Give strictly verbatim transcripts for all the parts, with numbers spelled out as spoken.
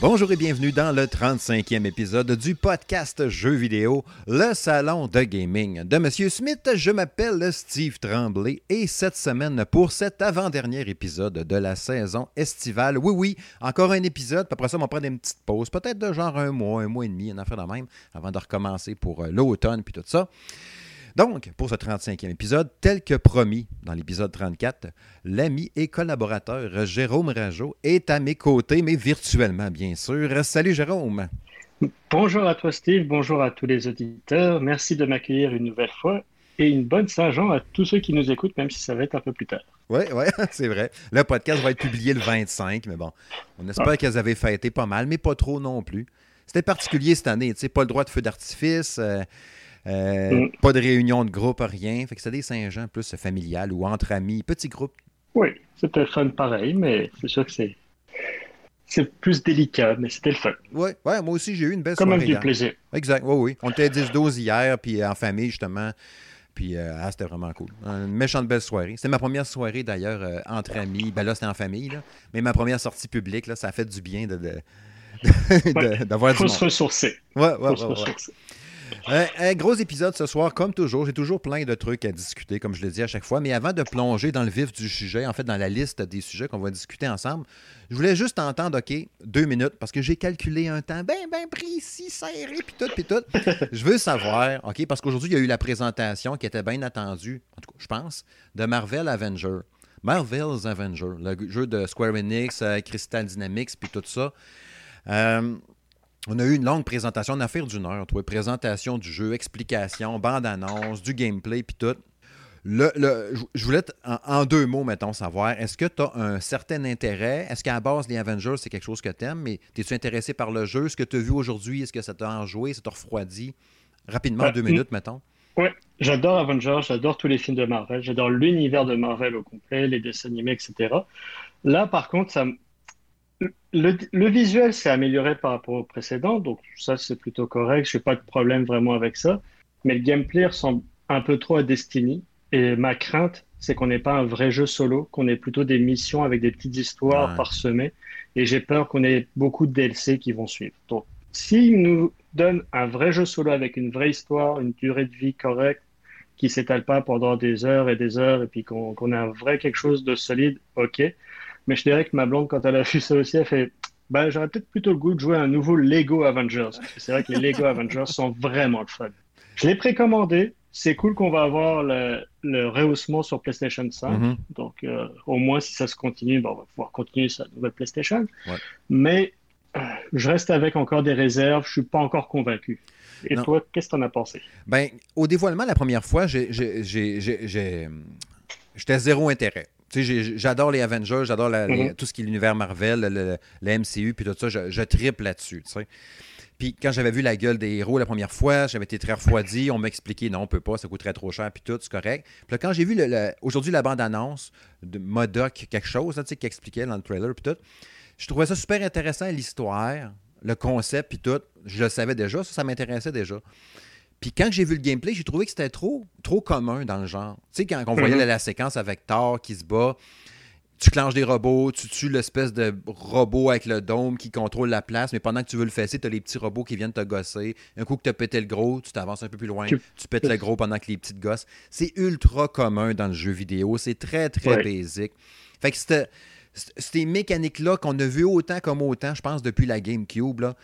Bonjour et bienvenue dans le trente-cinquième épisode du podcast Jeux vidéo, le salon de gaming de Monsieur Smith. Je m'appelle Steve Tremblay et cette semaine, pour cet avant-dernier épisode de la saison estivale, oui, oui, encore un épisode, puis après ça, on va prendre une petite pause, peut-être de genre un mois, un mois et demi, une affaire de même, avant de recommencer pour l'automne puis tout ça. Donc, pour ce trente-cinquième épisode, tel que promis dans l'épisode trente-quatre, l'ami et collaborateur Jérôme Rageau est à mes côtés, mais virtuellement, bien sûr. Salut Jérôme! Bonjour à toi Steve, bonjour à tous les auditeurs. Merci de m'accueillir une nouvelle fois et une bonne Saint-Jean à tous ceux qui nous écoutent, même si ça va être un peu plus tard. Oui, oui, c'est vrai. Le podcast va être publié le vingt-cinq, mais bon, on espère ah. qu'elles avaient fêté pas mal, mais pas trop non plus. C'était particulier cette année, tu sais, pas le droit de feu d'artifice... Euh, Euh, mm. Pas de réunion de groupe, rien. Fait que c'était des Saint-Jean plus familial ou entre amis, petits groupes. Oui, c'était fun pareil, mais c'est sûr que c'est c'est plus délicat, mais c'était le fun. Oui, ouais, moi aussi, j'ai eu une belle Comme soirée. Comme du plaisir. Exact, oui, oui. On était dix douze hier, puis en famille, justement. Puis euh, ah, c'était vraiment cool. Une méchante belle soirée. C'était ma première soirée, d'ailleurs, euh, entre amis. Ben là, c'était en famille, là. Mais ma première sortie publique, là, ça a fait du bien de, de, de, ouais, d'avoir du faut monde. se ressourcer. Ouais, ouais, faut ouais, se ouais. ressourcer. Un, un gros épisode ce soir, comme toujours. J'ai toujours plein de trucs à discuter, comme je le dis à chaque fois. Mais avant de plonger dans le vif du sujet, en fait, dans la liste des sujets qu'on va discuter ensemble, je voulais juste entendre, OK, deux minutes, parce que j'ai calculé un temps bien, bien précis, serré, puis tout, puis tout. Je veux savoir, OK, parce qu'aujourd'hui, il y a eu la présentation qui était bien attendue, en tout cas, je pense, de Marvel Avengers. Marvel's Avengers, le jeu de Square Enix, euh, Crystal Dynamics, puis tout ça. Euh... On a eu une longue présentation, une affaire d'une heure, toi, présentation du jeu, explication, bande-annonce, du gameplay, puis tout. Le, le, je voulais, en, en deux mots, mettons, savoir, est-ce que tu as un certain intérêt? Est-ce qu'à la base, les Avengers, c'est quelque chose que tu aimes, mais es-tu intéressé par le jeu? Ce que tu as vu aujourd'hui, est-ce que ça t'a enjoué, ça t'a refroidi? Rapidement, ouais, deux minutes, mettons. Oui, j'adore Avengers, j'adore tous les films de Marvel, j'adore l'univers de Marvel au complet, les dessins animés, et cetera. Là, par contre, ça me... Le, le visuel s'est amélioré par rapport au précédent, donc ça c'est plutôt correct, je n'ai pas de problème vraiment avec ça, mais le gameplay ressemble un peu trop à Destiny, et ma crainte c'est qu'on n'ait pas un vrai jeu solo, qu'on ait plutôt des missions avec des petites histoires Ouais. parsemées, et j'ai peur qu'on ait beaucoup de D L C qui vont suivre. Donc s'ils nous donnent un vrai jeu solo avec une vraie histoire, une durée de vie correcte, qui ne s'étale pas pendant des heures et des heures, et puis qu'on qu'on ait un vrai quelque chose de solide, ok. Mais je dirais que ma blonde, quand elle a vu ça aussi, elle fait ben, j'aurais peut-être plutôt le goût de jouer à un nouveau Lego Avengers. Parce que c'est vrai que les Lego Avengers sont vraiment le fun. Je l'ai précommandé. C'est cool qu'on va avoir le, le rehaussement sur PlayStation cinq. Mm-hmm. Donc, euh, au moins, si ça se continue, ben, on va pouvoir continuer sa nouvelle PlayStation. Ouais. Mais euh, je reste avec encore des réserves. Je ne suis pas encore convaincu. Et non. Toi, qu'est-ce que tu en as pensé? Ben, au dévoilement, la première fois, j'ai, j'ai, j'ai, j'ai, j'ai... j'étais à zéro intérêt. Tu sais, j'adore les Avengers, j'adore la, mm-hmm. les, tout ce qui est l'univers Marvel, le, le, le M C U, puis tout ça, je, je triple là-dessus, tu sais. Puis quand j'avais vu la gueule des héros la première fois, j'avais été très refroidi, on m'a expliqué non, on peut pas, ça coûterait trop cher, puis tout, c'est correct. Puis là, quand j'ai vu le, le, aujourd'hui la bande-annonce de MODOK quelque chose, là, tu sais, qui expliquait dans le trailer, puis tout, je trouvais ça super intéressant, l'histoire, le concept, puis tout, je le savais déjà, ça, ça m'intéressait déjà. Puis quand j'ai vu le gameplay, j'ai trouvé que c'était trop, trop commun dans le genre. Tu sais, quand on voyait mm-hmm. la, la séquence avec Thor qui se bat, tu clenches des robots, tu tues l'espèce de robot avec le dôme qui contrôle la place, mais pendant que tu veux le fesser, tu as les petits robots qui viennent te gosser. Un coup que tu as pété le gros, tu t'avances un peu plus loin, tu, tu pètes le gros pendant que les petites gossent. C'est ultra commun dans le jeu vidéo, c'est très, très ouais. basic. Fait que c'était, ces mécaniques-là qu'on a vues autant comme autant, je pense, depuis la GameCube, là,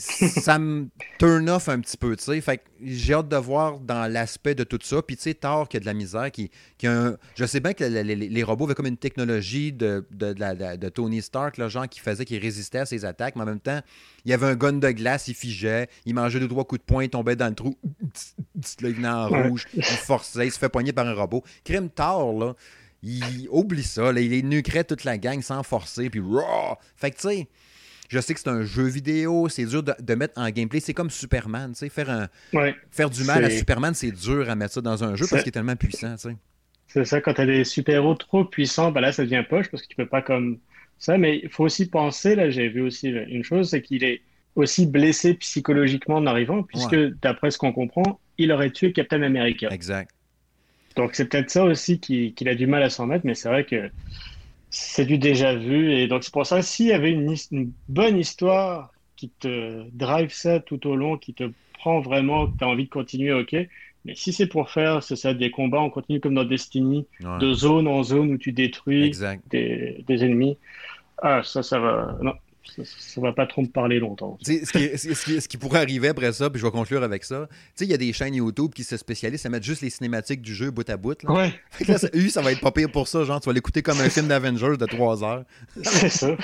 ça me turn off un petit peu, tu sais. Fait que j'ai hâte de voir dans l'aspect de tout ça. Puis, tu sais, Thor qui a de la misère, qui, qui a un... Je sais bien que les, les, les robots avaient comme une technologie de, de, de, de, de Tony Stark, là, genre qui faisait qu'il résistait à ses attaques, mais en même temps, il y avait un gun de glace, il figeait, il mangeait deux, trois coups de poing, il tombait dans le trou, là, il venait en rouge, il forçait, il se fait poigner par un robot. Crime Thor, là, il oublie ça, là, il nuquerait toute la gang sans forcer, puis raw! Fait que, tu sais, je sais que c'est un jeu vidéo, c'est dur de, de mettre en gameplay. C'est comme Superman, tu sais, faire, un, ouais, faire du mal à Superman, c'est dur à mettre ça dans un jeu parce qu'il est tellement puissant, tu sais. C'est ça, quand tu as des super-héros trop puissants, ben là, ça devient poche parce que tu peux pas comme ça. Mais il faut aussi penser, là, j'ai vu aussi une chose, c'est qu'il est aussi blessé psychologiquement en arrivant, puisque ouais. d'après ce qu'on comprend, il aurait tué Captain America. Exact. Donc c'est peut-être ça aussi qu'il, qu'il a du mal à s'en mettre, mais c'est vrai que c'est du déjà vu. Et donc, c'est pour ça, s'il y avait une, his- une bonne histoire qui te drive ça tout au long, qui te prend vraiment, que tu as envie de continuer, ok. Mais si c'est pour faire, c'est ça, des combats, on continue comme dans Destiny, Ouais, de zone en zone où tu détruis exact. des, des ennemis. Ah, ça, ça va. Non, ça, ça va pas trop me parler longtemps, ça. Tu sais, ce, qui, est- ce, qui, ce qui pourrait arriver après ça, puis je vais conclure avec ça, tu sais, il y a des chaînes YouTube qui se spécialisent à mettre juste les cinématiques du jeu bout à bout. Là. Ouais, Fait que là, ça, lui, ça va être pas pire pour ça. Genre, tu vas l'écouter comme un film d'Avengers de trois heures. c'est ça.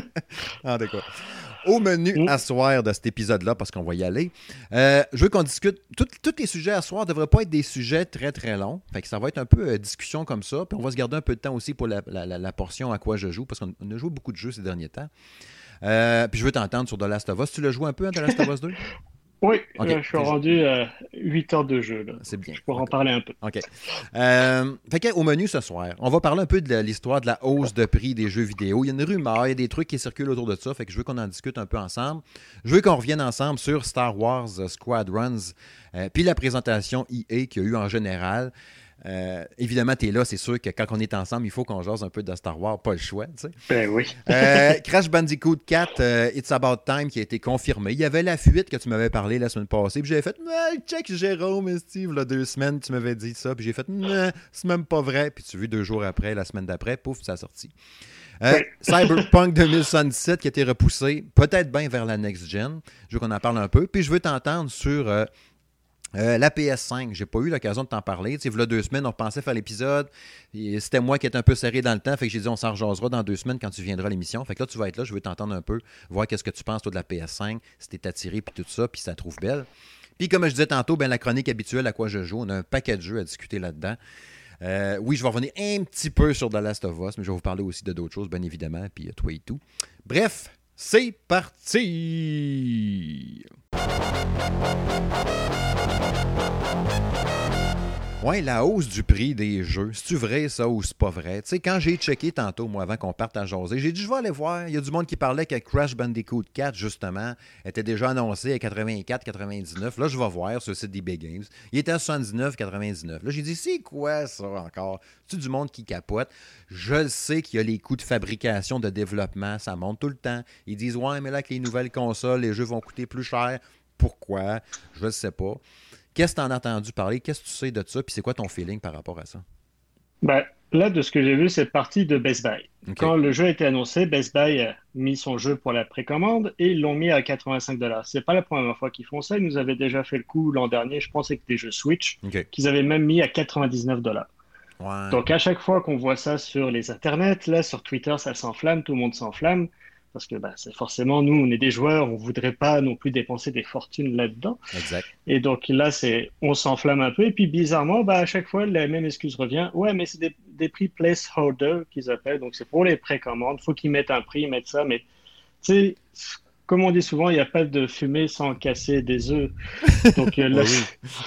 En tout cas. Au menu Mm. à soir de cet épisode-là, parce qu'on va y aller, euh, je veux qu'on discute. Tous les sujets à soir ne devraient pas être des sujets très très longs. Fait que ça va être un peu euh, discussion comme ça. Puis on va se garder un peu de temps aussi pour la, la- la- la portion à quoi je joue, parce qu'on on a joué beaucoup de jeux ces derniers temps. Euh, puis je veux t'entendre sur The Last of Us. Tu l'as joué un peu à The Last of Us deux? Oui, Ok, euh, je suis c'est rendu à huit heures de jeu, là. c'est bien. Je pourrais en Ok. parler un peu. OK. Euh, fait que, au menu ce soir, on va parler un peu de la- l'histoire de la hausse de prix des jeux vidéo. Il y a une rumeur, il y a des trucs qui circulent autour de ça, fait que je veux qu'on en discute un peu ensemble. Je veux qu'on revienne ensemble sur Star Wars euh, Squadrons, euh, puis la présentation E A qu'il y a eu en général. Euh, évidemment, tu es là, c'est sûr que quand on est ensemble, il faut qu'on jase un peu de Star Wars, pas le choix, tu sais. Ben oui. Euh, Crash Bandicoot quatre, euh, It's About Time, qui a été confirmé. Il y avait la fuite que tu m'avais parlé la semaine passée. Puis j'avais fait, mais check Jérôme et Steve, là, deux semaines, tu m'avais dit ça. Puis j'ai fait, mais c'est même pas vrai. Puis tu as vu deux jours après, la semaine d'après, pouf, ça a sorti. Euh, Oui. Cyberpunk deux mille soixante-dix-sept qui a été repoussé, peut-être bien vers la next-gen. Je veux qu'on en parle un peu. Puis je veux t'entendre sur. Euh, euh, la P S cinq, j'ai pas eu l'occasion de t'en parler. Tu sais, il y a deux semaines, on pensait faire l'épisode. Et c'était moi qui étais un peu serré dans le temps. Fait que j'ai dit, on s'en rejasera dans deux semaines quand tu viendras à l'émission. Fait que là, tu vas être là. Je veux t'entendre un peu, voir qu'est-ce que tu penses, toi, de la P S cinq, si t'es attiré, puis tout ça, puis si ça trouve belle. Puis, comme je disais tantôt, ben, la chronique habituelle à quoi je joue, on a un paquet de jeux à discuter là-dedans. Euh, oui, je vais revenir un petit peu sur The Last of Us, mais je vais vous parler aussi de d'autres choses, bien évidemment, puis euh, toi et tout. Bref, c'est parti! Ouais, la hausse du prix des jeux, c'est-tu vrai ça ou c'est pas vrai? Tu sais, quand j'ai checké tantôt, moi, avant qu'on parte à jaser, j'ai dit, je vais aller voir. Il y a du monde qui parlait que Crash Bandicoot quatre, justement, était déjà annoncé à quatre-vingt-quatre quatre-vingt-dix-neuf. Là, je vais voir sur le site d'eBay Games. Il était à soixante-dix-neuf quatre-vingt-dix-neuf. Là, j'ai dit, c'est quoi ça encore? C'est du monde qui capote. Je le sais qu'il y a les coûts de fabrication, de développement, ça monte tout le temps. Ils disent, ouais, mais là, avec les nouvelles consoles, les jeux vont coûter plus cher. Pourquoi? Je ne sais pas. Qu'est-ce que tu en as entendu parler? Qu'est-ce que tu sais de ça? Puis c'est quoi ton feeling par rapport à ça? Ben, là, de ce que j'ai vu, c'est parti de Best Buy. OK. Quand le jeu a été annoncé, Best Buy a mis son jeu pour la précommande et ils l'ont mis à quatre-vingt-cinq dollars. C'est pas la première fois qu'ils font ça. Ils nous avaient déjà fait le coup l'an dernier, je pense, avec des jeux Switch, OK. qu'ils avaient même mis à quatre-vingt-dix-neuf dollars. Ouais. Donc, à chaque fois qu'on voit ça sur les internets, là, sur Twitter, ça s'enflamme, tout le monde s'enflamme. Parce que bah, c'est forcément, nous, on est des joueurs, on voudrait pas non plus dépenser des fortunes là-dedans. Exact. Et donc là, c'est, on s'enflamme un peu. Et puis bizarrement, bah, à chaque fois, la même excuse revient. Ouais, mais c'est des, des prix placeholder qu'ils appellent. Donc c'est pour les précommandes. Faut qu'ils mettent un prix, ils mettent ça. Mais tu sais, comme on dit souvent, il n'y a pas de fumée sans casser des œufs. Donc euh, là, Ouais, oui.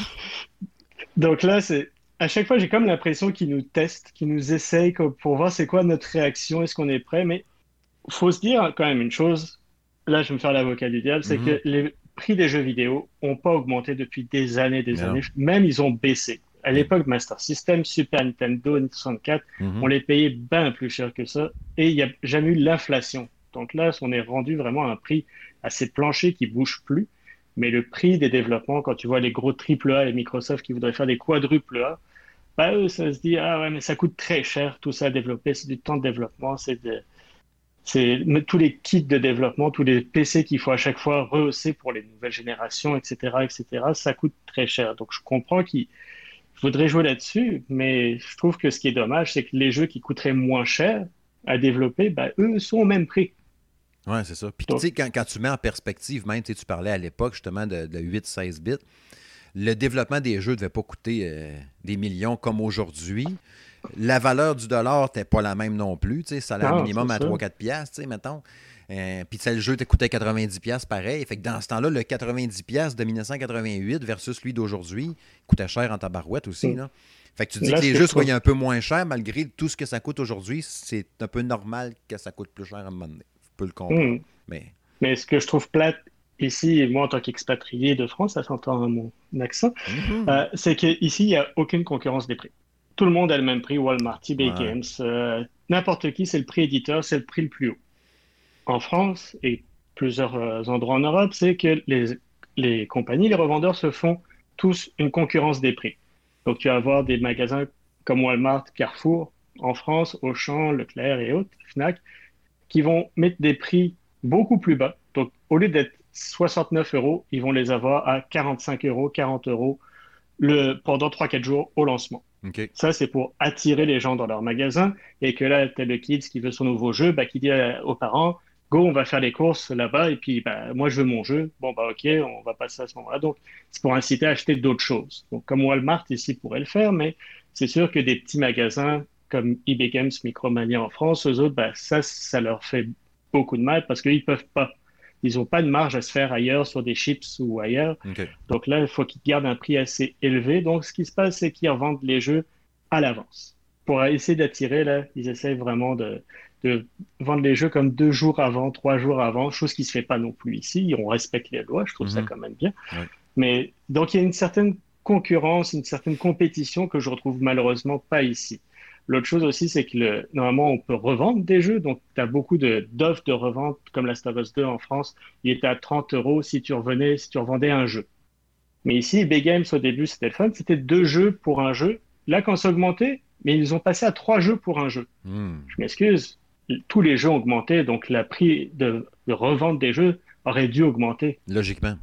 donc là, c'est à chaque fois, j'ai comme l'impression qu'ils nous testent, qu'ils nous essayent comme pour voir c'est quoi notre réaction, est-ce qu'on est prêt. Mais faut se dire quand même une chose. Là, je vais me faire l'avocat du diable, c'est Mhm. que les prix des jeux vidéo n'ont pas augmenté depuis des années, des Mais non. années. Même ils ont baissé. À Mhm. l'époque, Master System, Super Nintendo, Nintendo soixante-quatre, Mhm. on les payait bien plus cher que ça. Et il n'y a jamais eu l'inflation. Donc là, on est rendu vraiment à un prix assez plancher qui bouge plus. Mais le prix des développements, quand tu vois les gros triple A et Microsoft qui voudraient faire des quadruple A, bah eux, ça se dit, ah ouais, mais ça coûte très cher tout ça à développer, c'est du temps de développement, c'est de, c'est mais tous les kits de développement, tous les P C qu'il faut à chaque fois rehausser pour les nouvelles générations, et cetera, et cetera, ça coûte très cher. Donc je comprends qu'ils voudraient jouer là-dessus, mais je trouve que ce qui est dommage, c'est que les jeux qui coûteraient moins cher à développer, bah, eux sont au même prix. Ouais, c'est ça. Puis tu Donc, sais, quand, quand tu mets en perspective, même, tu sais, tu parlais à l'époque justement de, de huit seize bits, le développement des jeux ne devait pas coûter euh, des millions comme aujourd'hui. La valeur du dollar n'était pas la même non plus. Tu sais, salaire ah, minimum c'est à ça. trois quatre piastres, tu sais, mettons. Euh, Puis tu sais, le jeu te coûtait quatre-vingt-dix piastres pareil. Fait que dans ce temps-là, le quatre-vingt-dix piastres de mille neuf cent quatre-vingt-huit versus celui d'aujourd'hui coûtait cher en tabarouette aussi. Mm. Là. Fait que tu dis Là, que ce les que jeux je trouve, soient un peu moins chers malgré tout ce que ça coûte aujourd'hui. C'est un peu normal que ça coûte plus cher à un moment donné. Je peux le comprendre. Mm. Mais mais ce que je trouve plate ici, et moi en tant qu'expatrié de France, ça s'entend à mon accent, Mhm. euh, c'est qu'ici, il n'y a aucune concurrence des prix. Tout le monde a le même prix, Walmart, eBay Ouais. Games, euh, n'importe qui, c'est le prix éditeur, c'est le prix le plus haut. En France et plusieurs euh, endroits en Europe, c'est que les, les compagnies, les revendeurs se font tous une concurrence des prix. Donc, tu vas avoir des magasins comme Walmart, Carrefour, en France, Auchan, Leclerc et autres, Fnac, qui vont mettre des prix beaucoup plus bas. Donc, au lieu d'être soixante-neuf euros, ils vont les avoir à quarante-cinq euros, quarante euros le, pendant trois quatre jours au lancement. Okay. Ça, c'est pour attirer les gens dans leur magasin et que là, t'as le kids qui veut son nouveau jeu, bah, qui dit aux parents, go, on va faire les courses là-bas et puis bah, moi, je veux mon jeu. Bon, bah ok, on va passer à ce moment-là. Donc, c'est pour inciter à acheter d'autres choses. Donc, comme Walmart ici pourrait le faire, mais c'est sûr que des petits magasins comme eBay Games, Micromania en France, eux autres, bah, ça, ça leur fait beaucoup de mal parce qu'ils peuvent pas. Ils n'ont pas de marge à se faire ailleurs sur des chips ou ailleurs. Okay. Donc là, il faut qu'ils gardent un prix assez élevé. Donc, ce qui se passe, c'est qu'ils revendent les jeux à l'avance. Pour essayer d'attirer, là, ils essayent vraiment de, de vendre les jeux comme deux jours avant, trois jours avant, chose qui ne se fait pas non plus ici. On respecte les lois, je trouve mm-hmm. ça quand même bien. Ouais. Mais donc, il y a une certaine concurrence, une certaine compétition que je retrouve malheureusement pas ici. L'autre chose aussi, c'est que le, normalement, on peut revendre des jeux. Donc, tu as beaucoup de, d'offres de revente, comme Last of Us deux en France. Il était à trente euros si tu revenais, si tu revendais un jeu. Mais ici, eBay Games, au début, c'était le fun. C'était deux jeux pour un jeu. Là, quand ça a augmenté, mais ils ont passé à trois jeux pour un jeu. Mm. Je m'excuse. Tous les jeux ont augmenté. Donc, le prix de, de revente des jeux aurait dû augmenter. Logiquement.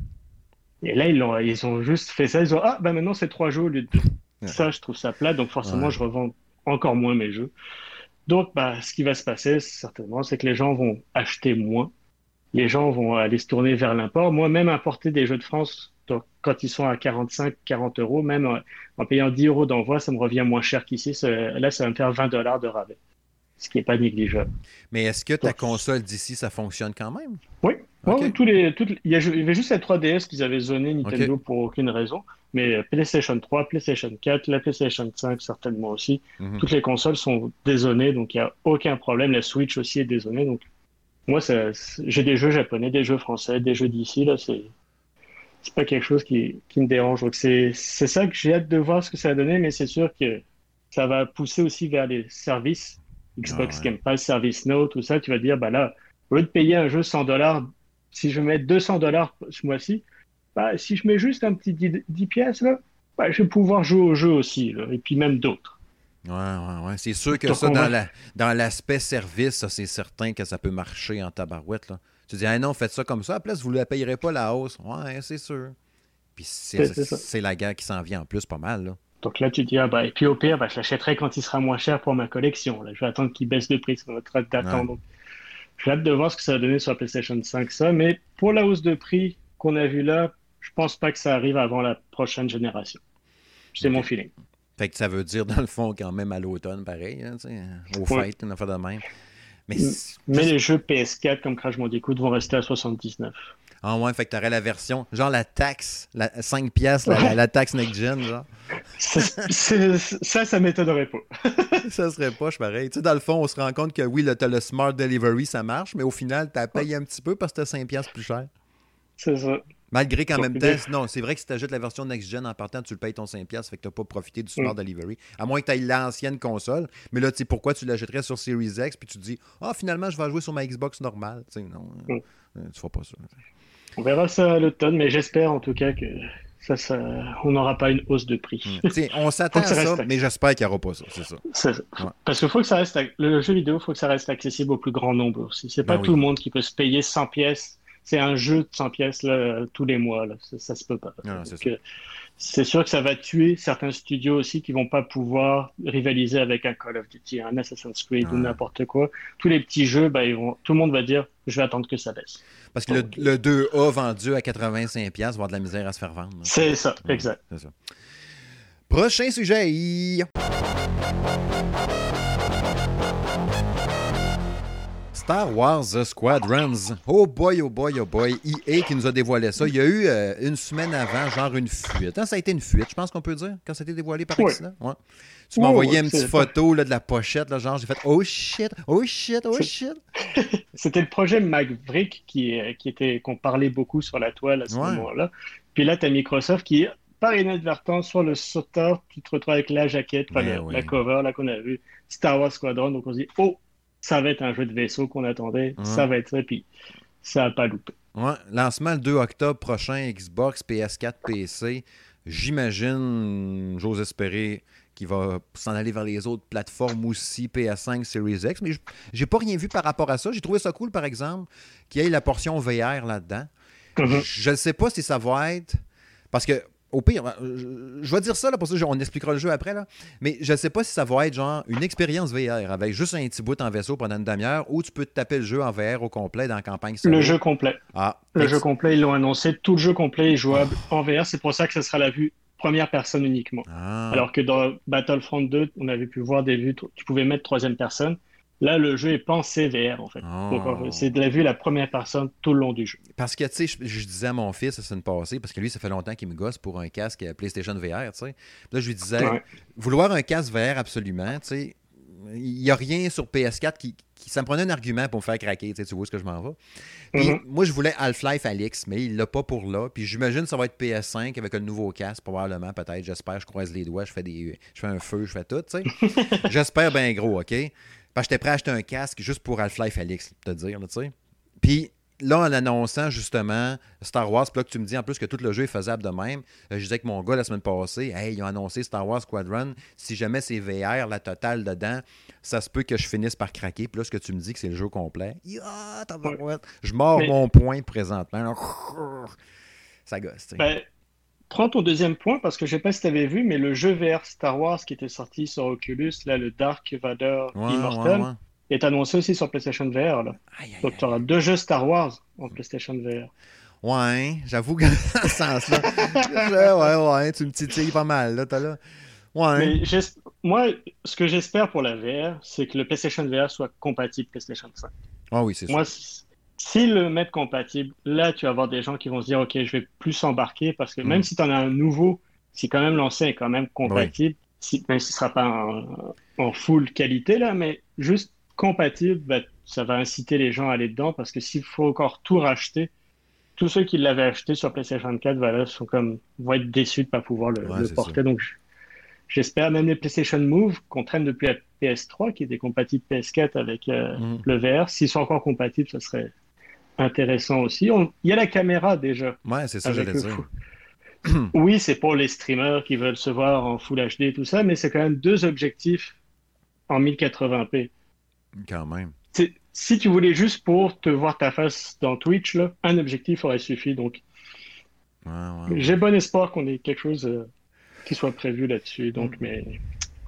Et là, ils ont, ils ont juste fait ça. Ils ont, ah, ben maintenant, c'est trois jeux au lieu de deux. Ouais. Ça, je trouve ça plat. Donc, forcément, ouais. je revends encore moins mes jeux. Donc, bah, ce qui va se passer, certainement, c'est que les gens vont acheter moins. Les gens vont aller se tourner vers l'import. Moi, même importer des jeux de France, donc, quand ils sont à quarante-cinq, quarante euros, même en, en payant dix euros d'envoi, ça me revient moins cher qu'ici. Là, ça va me faire vingt dollars de rabais, ce qui n'est pas négligeable. Mais est-ce que ta donc, console d'ici, ça fonctionne quand même? Oui. Okay. Ouais, tous les, toutes, il y avait juste la trois D S qu'ils avaient zoné Nintendo okay. pour aucune raison. Mais PlayStation trois, PlayStation quatre, la PlayStation cinq certainement aussi. Mm-hmm. Toutes les consoles sont dézonées, donc il n'y a aucun problème. La Switch aussi est dézonée. Donc moi, ça, j'ai des jeux japonais, des jeux français, des jeux d'ici. Là, c'est, c'est pas quelque chose qui, qui me dérange. Donc c'est, c'est ça que j'ai hâte de voir ce que ça va donner, mais c'est sûr que ça va pousser aussi vers les services. Xbox ah ouais. qui n'aime pas le service Now, tout ça, tu vas dire, bah là, au lieu de payer un jeu cent dollars, si je mets deux cents dollars ce mois-ci, bah, si je mets juste un petit dix pièces, là, bah, je vais pouvoir jouer au jeu aussi, là, et puis même d'autres. Ouais, ouais, ouais. C'est sûr que Donc, ça, dans, va... la, dans l'aspect service, ça, c'est certain que ça peut marcher en tabarouette. Là. Tu dis, ah non, faites ça comme ça, à la place, vous ne la payerez pas la hausse. Ouais, c'est sûr. Puis c'est, c'est, c'est, c'est la guerre qui s'en vient en plus pas mal, là. Donc là, tu te dis, ah bah, et puis au pire, bah, je l'achèterai quand il sera moins cher pour ma collection. Là. Je vais attendre qu'il baisse de prix, ça va être d'attendre. Ouais. J'ai hâte de voir ce que ça va donner sur la PlayStation cinq, ça. Mais pour la hausse de prix qu'on a vue là, je pense pas que ça arrive avant la prochaine génération. C'est okay. mon feeling. Fait que ça veut dire, dans le fond, quand même à l'automne, pareil, hein, au oui. fêtes, une affaire de même. Mais, Mais les jeux P S quatre comme Crash Bandicoot vont rester à soixante-dix-neuf. Ah ouais, fait que t'aurais la version, genre la taxe, la cinq piastres, la, la, la taxe next-gen, genre. C'est, c'est, ça, ça m'étonnerait pas. Ça serait pas, je pareil. Tu sais, dans le fond, on se rend compte que oui, là, t'as le Smart Delivery, ça marche, mais au final, t'as payé un petit peu parce que t'as cinq piastres plus cher. C'est ça. Malgré qu'en même temps, non, c'est vrai que si tu ajoutes la version next-gen en partant, tu le payes ton cinq piastres, fait que tu n'as pas profité du Smart mm. Delivery. À moins que tu aies l'ancienne console. Mais là, tu sais, pourquoi tu l'achèterais sur Series X, puis tu te dis, ah, oh, finalement, je vais jouer sur ma Xbox normale. Tu sais, non, mm. euh, tu feras pas ça. On verra ça à l'automne, mais j'espère en tout cas que ça, ça on n'aura pas une hausse de prix. Mm. On s'attend à ça, ça mais j'espère qu'il n'y aura pas ça, c'est ça. C'est ça. Ouais. Parce qu'il faut que ça reste, le jeu vidéo, il faut que ça reste accessible au plus grand nombre aussi. C'est pas ben tout oui. le monde qui peut se payer cent pièces. C'est un jeu de cent pièces là, tous les mois. Là. Ça, ça se peut pas. Non, c'est, Donc, c'est sûr que ça va tuer certains studios aussi qui vont pas pouvoir rivaliser avec un Call of Duty, un Assassin's Creed ah. ou n'importe quoi. Tous les petits jeux, ben, ils vont... tout le monde va dire « je vais attendre que ça baisse ». Parce que Donc, le, le deux A vendu à quatre-vingt-cinq piastres va avoir de la misère à se faire vendre. Donc. C'est ça, ouais, exact. C'est ça. Prochain sujet. Star Wars Squadrons. Oh boy, oh boy, oh boy. E A qui nous a dévoilé ça. Il y a eu euh, une semaine avant, genre une fuite. Hein, ça a été une fuite, je pense qu'on peut dire, quand ça a été dévoilé par accident. Ouais. Tu m'as oh, envoyé une petite photo là, de la pochette, là, genre j'ai fait « Oh shit, oh shit, oh shit ». C'était le projet Maverick qui, qui était, qu'on parlait beaucoup sur la toile à ce ouais. moment-là. Puis là, tu as Microsoft qui par inadvertance, sur le sauteur, tu te retrouves avec la jaquette, enfin, Ben le- oui. la cover là qu'on a vu, Star Wars Squadron. Donc on se dit, oh, ça va être un jeu de vaisseau qu'on attendait, Ouais. ça va être ça, puis ça n'a pas loupé. Ouais. Lancement le deux octobre prochain, Xbox, P S quatre, P C. J'imagine, j'ose espérer qu'il va s'en aller vers les autres plateformes aussi, P S cinq, Series X. Mais j- j'ai pas rien vu par rapport à ça. J'ai trouvé ça cool, par exemple, qu'il y ait la portion V R là-dedans. Mhm. Je ne sais pas si ça va être. Parce que, au pire, je, je vais dire ça, là, pour ça, on expliquera le jeu après, là. Mais je ne sais pas si ça va être genre une expérience V R avec juste un petit bout en vaisseau pendant une demi-heure ou tu peux te taper le jeu en V R au complet dans la campagne Le solo. jeu complet. Ah, Le fait que- jeu complet, ils l'ont annoncé, tout le jeu complet est jouable Oh. en V R. C'est pour ça que ce sera la vue première personne uniquement. Ah, Alors que dans Battlefront deux, on avait pu voir des vues, tu pouvais mettre troisième personne. Là, le jeu est pensé V R, en fait. Donc, en fait, oh. c'est de la vue la première personne tout le long du jeu. Parce que, tu sais, je, je disais à mon fils la semaine passée, parce que lui, ça fait longtemps qu'il me gosse pour un casque PlayStation V R, tu sais. Puis là, je lui disais, Ouais. vouloir un casque V R absolument, tu sais, il n'y a rien sur P S quatre qui, qui- Ça me prenait un argument pour me faire craquer, tu sais, tu vois ce que je m'en vais. Puis Mhm. moi, je voulais Half-Life Alyx, mais il l'a pas pour là. Puis j'imagine que ça va être P S cinq avec un nouveau casque, probablement, peut-être. J'espère, je croise les doigts, je fais des, je fais un feu, je fais tout, tu sais. J'espère bien gros, OK? Parce que j'étais prêt à acheter un casque juste pour Half-Life Alyx, te dire, là, tu sais. Puis là, en annonçant justement Star Wars, puis là que tu me dis en plus que tout le jeu est faisable de même, euh, je disais que mon gars la semaine passée, hey, ils ont annoncé Star Wars Squadron, si jamais c'est V R, la totale dedans, ça se peut que je finisse par craquer. Puis là, ce que tu me dis que c'est le jeu complet, ah, tabarouette. Je mords Mais mon poing présentement. Là. Ça gosse, tu sais. ben, prends ton deuxième point, parce que je sais pas si tu avais vu, mais le jeu V R Star Wars qui était sorti sur Oculus, là, le Dark Vador Ouais, ouais, Immortal, ouais. est annoncé aussi sur PlayStation V R. Là. Aïe, aïe, Donc, tu aïe. auras deux jeux Star Wars en PlayStation V R. Ouais, j'avoue que dans ce sens-là, je- ouais, ouais, tu me titilles pas mal, là, t'as là. Ouais. Mais j'es- moi, ce que j'espère pour la V R, c'est que le PlayStation V R soit compatible PlayStation cinq. Ah oui, c'est sûr. Moi, s- s'ils le mettent compatible, là, tu vas avoir des gens qui vont se dire, OK, je vais plus s'embarquer parce que même Mm. si tu en as un nouveau, si quand même l'ancien est quand même Oui. compatible, si, même s'il ne sera pas en, en full qualité, là, mais juste compatible, ben, ça va inciter les gens à aller dedans parce que s'il faut encore tout racheter, tous ceux qui l'avaient acheté sur PlayStation quatre, voilà, sont comme, vont être déçus de ne pas pouvoir le, Ouais, le c'est ça. porter. Donc, j'espère même les PlayStation Move qu'on traîne depuis la P S trois, qui était compatible P S quatre avec euh, Mm. le V R. S'ils sont encore compatibles, ça serait intéressant aussi. On- Il y a la caméra déjà Ouais, c'est ça, avec j'allais le dire. fou. Oui, c'est pour les streamers qui veulent se voir en Full H D et tout ça, mais c'est quand même deux objectifs en mille quatre-vingts p. Quand même. C'est- Si tu voulais juste pour te voir ta face dans Twitch, là, un objectif aurait suffi. Donc, Ouais, ouais, ouais. j'ai bon espoir qu'on ait quelque chose euh, qui soit prévu là-dessus. Donc, Mm. mais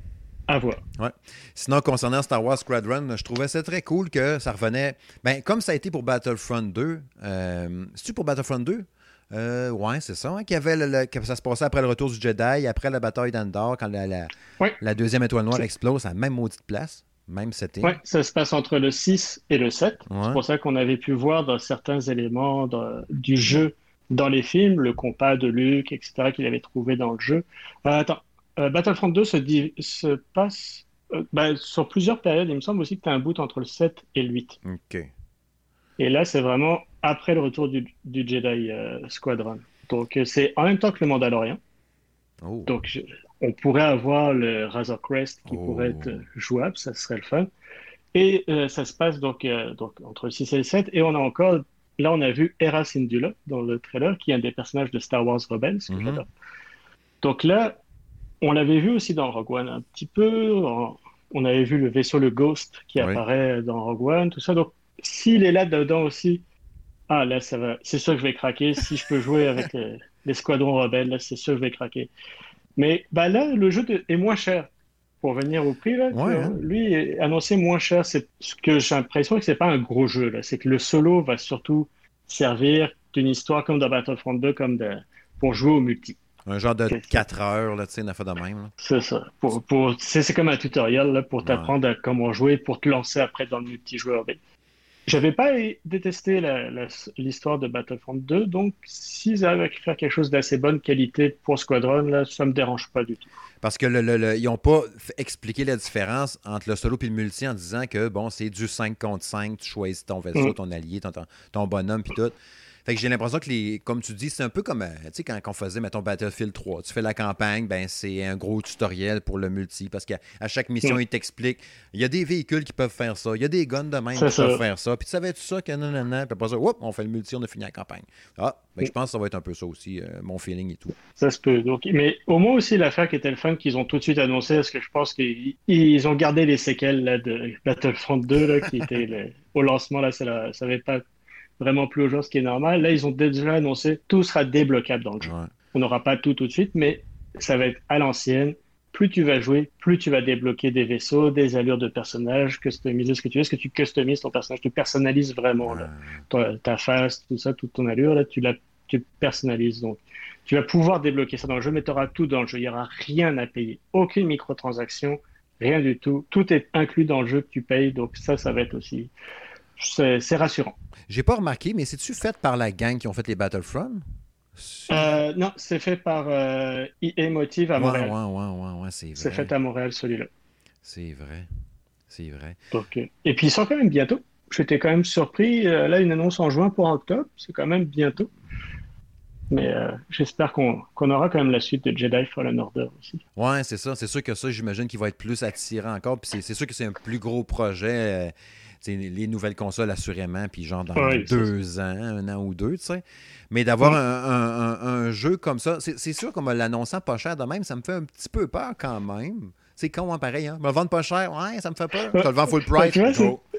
à voir. Ouais. Sinon, concernant Star Wars Squadron, je trouvais ça très cool que ça revenait. Ben, comme ça a été pour Battlefront deux. Euh, C'est-tu pour Battlefront deux? Euh, ouais, c'est ça. Hein, qu'il y avait le- le- que ça se passait après le retour du Jedi, après la bataille d'Andor, quand la, la, Ouais. la deuxième étoile noire C'est- explose à la même maudite place, même setting. Ouais, ça se passe entre le six et le sept. Ouais. C'est pour ça qu'on avait pu voir dans certains éléments dans- du jeu dans les films, le compas de Luke, et cetera, qu'il avait trouvé dans le jeu. Euh, attends, euh, Battlefront deux se, dit- se passe euh, ben, sur plusieurs périodes. Il me semble aussi que tu as un bout entre le sept et le huit. OK. Et là, c'est vraiment après le retour du, du Jedi euh, Squadron. Donc, euh, c'est en même temps que le Mandalorian. Oh. Donc, je- on pourrait avoir le Razor Crest qui Oh. pourrait être euh, jouable, ça serait le fun. Et euh, ça se passe donc, euh, donc entre le six et le sept. Et on a encore, là, on a vu Hera Syndulla dans le trailer, qui est un des personnages de Star Wars Rebels, que Mhm. j'adore. Donc là, on l'avait vu aussi dans Rogue One un petit peu. En- On avait vu le vaisseau, le Ghost, qui Oui. apparaît dans Rogue One, tout ça. Donc, s'il est là dedans aussi, ah là, ça va. C'est sûr que je vais craquer. Si je peux jouer avec les, les squadrons rebelles, là, c'est sûr que je vais craquer. Mais bah là, le jeu de- est moins cher. Pour venir au prix, là, Ouais, tu- hein? lui est annoncé moins cher. C'est ce que j'ai l'impression que c'est pas un gros jeu, là. C'est que le solo va surtout servir d'une histoire comme dans Battlefront deux, comme de, pour jouer au multi. Un genre de C'est- quatre heures, là, tu sais, une affaire de même. Là. C'est ça. Pour, pour, c'est c'est comme un tutoriel là, pour Ouais. t'apprendre à comment jouer, pour te lancer après dans le multijoueur. Mais j'avais pas détesté la- la- l'histoire de Battlefront deux, donc s'ils arrivent à faire quelque chose d'assez bonne qualité pour Squadron, là, ça me dérange pas du tout. Parce que le, le- le- ils n'ont pas f- expliqué la différence entre le solo et le multi en disant que bon, c'est du cinq contre cinq, tu choisis ton vaisseau, Mm. ton allié, ton, ton, ton bonhomme, puis tout. Fait que j'ai l'impression que, les, comme tu dis, c'est un peu comme, euh, tu sais, quand on faisait, mettons, Battlefield trois. Tu fais la campagne, ben c'est un gros tutoriel pour le multi, parce qu'à à chaque mission, Mm. il t'explique, il y a des véhicules qui peuvent faire ça, il y a des guns de même C'est qui ça. peuvent faire ça, puis tu savais tout ça, que non, non, non, puis après ça, whoop, on fait le multi, on a fini la campagne. Ah, ben je pense que ça va être un peu ça aussi, euh, mon feeling et tout. Ça se peut. Donc, mais au moins aussi, l'affaire qui était le fun qu'ils ont tout de suite annoncé, parce que je pense qu'ils ils ont gardé les séquelles là, de Battlefront deux, là, qui était le- au lancement, là, ça la- ça n'avait pas vraiment plu aux gens, ce qui est normal. Là, ils ont déjà annoncé tout sera débloquable dans le jeu. Ouais. On n'aura pas tout tout de suite, mais ça va être à l'ancienne. Plus tu vas jouer, plus tu vas débloquer des vaisseaux, des allures de personnages, customiser ce que tu veux. Est-ce que tu customises ton personnage? Tu personnalises vraiment là, ta, ta face, tout ça, toute ton allure, là, tu la tu personnalises. Donc, tu vas pouvoir débloquer ça dans le jeu, mais tu auras tout dans le jeu. Il n'y aura rien à payer. Aucune microtransaction, rien du tout. Tout est inclus dans le jeu que tu payes. Donc, ça, ça va être aussi. C'est c'est rassurant. J'ai pas remarqué, mais c'est-tu fait par la gang qui ont fait les Battlefront? C'est- Euh, non, c'est fait par euh, E A Motive à Ouais, Montréal. ouais, ouais, ouais, ouais, c'est C'est vrai. fait à Montréal, celui-là. C'est vrai. C'est vrai. Donc, euh, et puis, ils sont quand même bientôt. J'étais quand même surpris. Euh, là, une annonce en juin pour octobre. C'est quand même bientôt. Mais euh, j'espère qu'on qu'on aura quand même la suite de Jedi Fallen Order aussi. Ouais, c'est ça. C'est sûr que ça, j'imagine qu'il va être plus attirant encore. Puis c'est c'est sûr que c'est un plus gros projet. euh, tu sais, les nouvelles consoles, assurément, puis genre dans Oui, c'est ça. deux ans, un an ou deux, tu sais. Mais d'avoir Mm. un, un- un- un jeu comme ça, c'est c'est sûr qu'en me l'annonçant pas cher de même, ça me fait un petit peu peur quand même. C'est con, hein, pareil. Hein? Me le vendre pas cher, ouais, ça me fait peur. Je te le vends full Ouais, price, tu vois, c'est- go.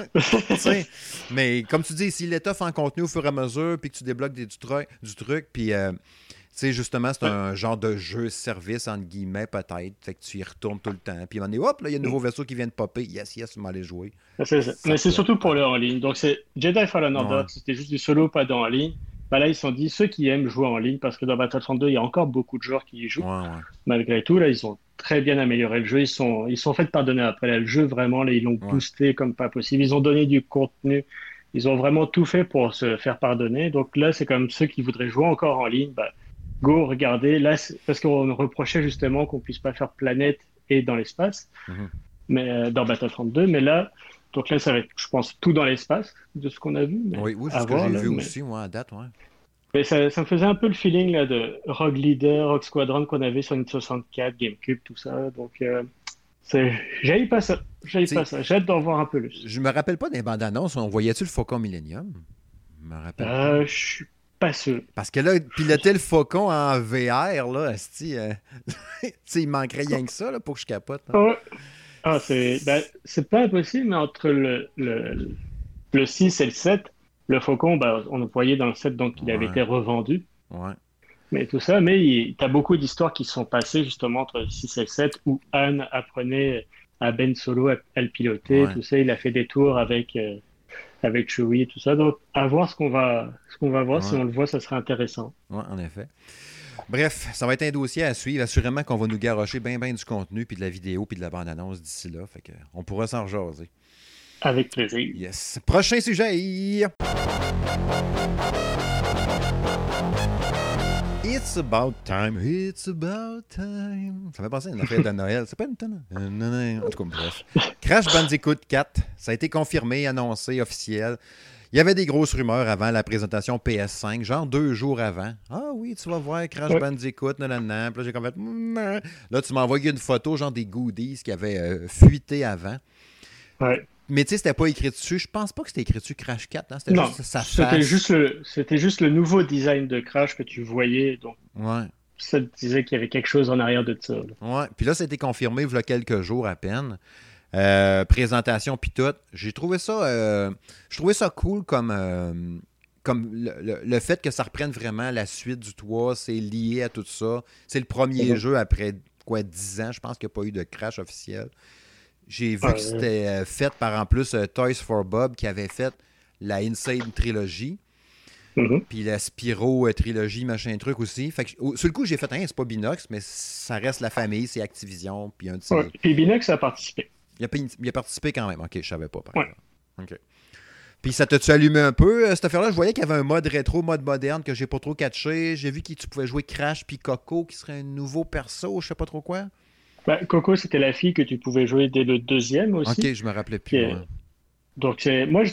Tu sais, mais comme tu dis, s'il l'étoffe en contenu au fur et à mesure, puis que tu débloques des- du, truc, du truc, puis euh, tu sais, justement, c'est un genre de jeu-service, entre guillemets, peut-être. Fait que tu y retournes tout le temps. Puis à un moment donné, hop, là, il y a un nouveau vaisseau qui vient de popper. Yes, yes, tu m'en aller jouer. C'est ça. Ça Mais c'est peut surtout être pour fun. le en ligne. Donc, c'est Jedi Fallen Order, Ouais, c'était juste du solo, pas dans en ligne. Bah là, ils se sont dit, ceux qui aiment jouer en ligne, parce que dans Battlefront deux, il y a encore beaucoup de joueurs qui y jouent. ouais, ouais. Malgré tout, là, ils ont très bien amélioré le jeu. Ils sont, ils sont fait pardonner après. Là, le jeu, vraiment, là, ils l'ont Ouais. boosté comme pas possible. Ils ont donné du contenu. Ils ont vraiment tout fait pour se faire pardonner. Donc là, c'est comme ceux qui voudraient jouer encore en ligne. Bah, go, regardez. Là, c'est- parce qu'on nous reprochait justement qu'on puisse pas faire planète et dans l'espace, Mhm. mais euh, dans Battlefront deux. Mais là, donc là, ça va être, je pense, tout dans l'espace de ce qu'on a vu. Mais Oui, oui, c'est à ce que voir, j'ai là, vu mais... aussi, moi, à date, ouais. Mais ça, ça me faisait un peu le feeling là, de Rogue Leader, Rogue Squadron qu'on avait sur une soixante-quatre, GameCube, tout ça. Donc, euh, c'est... j'aille pas ça. J'aille Tu pas sais, ça. J'ai hâte d'en voir un peu plus. je me rappelle pas des bandes annonces, on voyait-tu le Faucon Millennium? Je me rappelle pas. Euh, je suis pas sûr. Parce que là, piloter le Faucon en V R, là, asti, euh, tu sais, il manquerait rien que ça là, pour que je capote. Hein. Ouais. Ah, c'est ben, c'est pas impossible, mais entre le, le, le six et le sept, le Faucon, ben, on le voyait dans le sept, donc il avait Ouais, été revendu. ouais, Mais tout ça, mais il, t'as beaucoup d'histoires qui sont passées justement entre le six et le sept, où Han apprenait à Ben Solo à, à le piloter, ouais, tout ça. Il a fait des tours avec, euh, avec Chewie et tout ça. Donc, à voir ce qu'on va, ce qu'on va voir. Si ouais, on le voit, ça sera intéressant. ouais, en effet. Bref, ça va être un dossier à suivre. Assurément qu'on va nous garrocher bien, bien du contenu, puis de la vidéo, puis de la bande-annonce d'ici là. Fait que on pourra s'en jaser. Avec plaisir. Yes. Prochain sujet. It's about time, it's about time. Ça fait penser à une affaire de Noël. C'est pas une tonne? En tout cas, bref. Crash Bandicoot quatre, ça a été confirmé, annoncé, officiel. Il y avait des grosses rumeurs avant la présentation P S cinq, genre deux jours avant. Ah oui, tu vas voir Crash Ouais. Bandicoot, nanana. Puis là, j'ai comme fait... Mmm. Là, tu m'as envoyé une photo, genre des goodies qui avaient euh, fuité avant. Ouais. Mais tu sais, c'était pas écrit dessus. Je pense pas que c'était écrit dessus Crash quatre. Hein? C'était Non, juste sa c'était face. juste le, c'était juste le nouveau design de Crash que tu voyais. Donc, Ouais. ça te disait qu'il y avait quelque chose en arrière de ça. Là. Ouais. Puis là, ça a été confirmé il y a quelques jours à peine. Euh, présentation puis tout. J'ai trouvé ça... Euh, je trouvais ça cool comme... euh, comme le, le- le fait que ça reprenne vraiment la suite du trois, c'est lié à tout ça. C'est le premier Mhm. jeu après, quoi, dix ans. Je pense qu'il n'y a pas eu de Crash officiel. J'ai vu Ouais. que c'était euh, fait par, en plus, euh, Toys for Bob qui avait fait la Insane Trilogy. Mhm. Puis la Spyro euh, trilogie, machin truc aussi. Fait que, au- sur le coup, j'ai fait, hein, c'est pas Binox, mais ça reste la famille, c'est Activision. Puis un de ses- Ouais. Puis Binox a participé. il, a, pas- il a participé quand même. Ok, je savais pas, par Ouais. exemple. Ok. Puis ça t'a-tu allumé un peu, euh, cette affaire-là? Je voyais qu'il y avait un mode rétro, mode moderne que j'ai pas trop catché. J'ai vu que tu pouvais jouer Crash puis Coco, qui serait un nouveau perso, je sais pas trop quoi. Bah, Coco, c'était la fille que tu pouvais jouer dès le deuxième aussi. Ok, je me rappelais Qui plus. est- Ouais. Donc, c'est, moi, je, trou-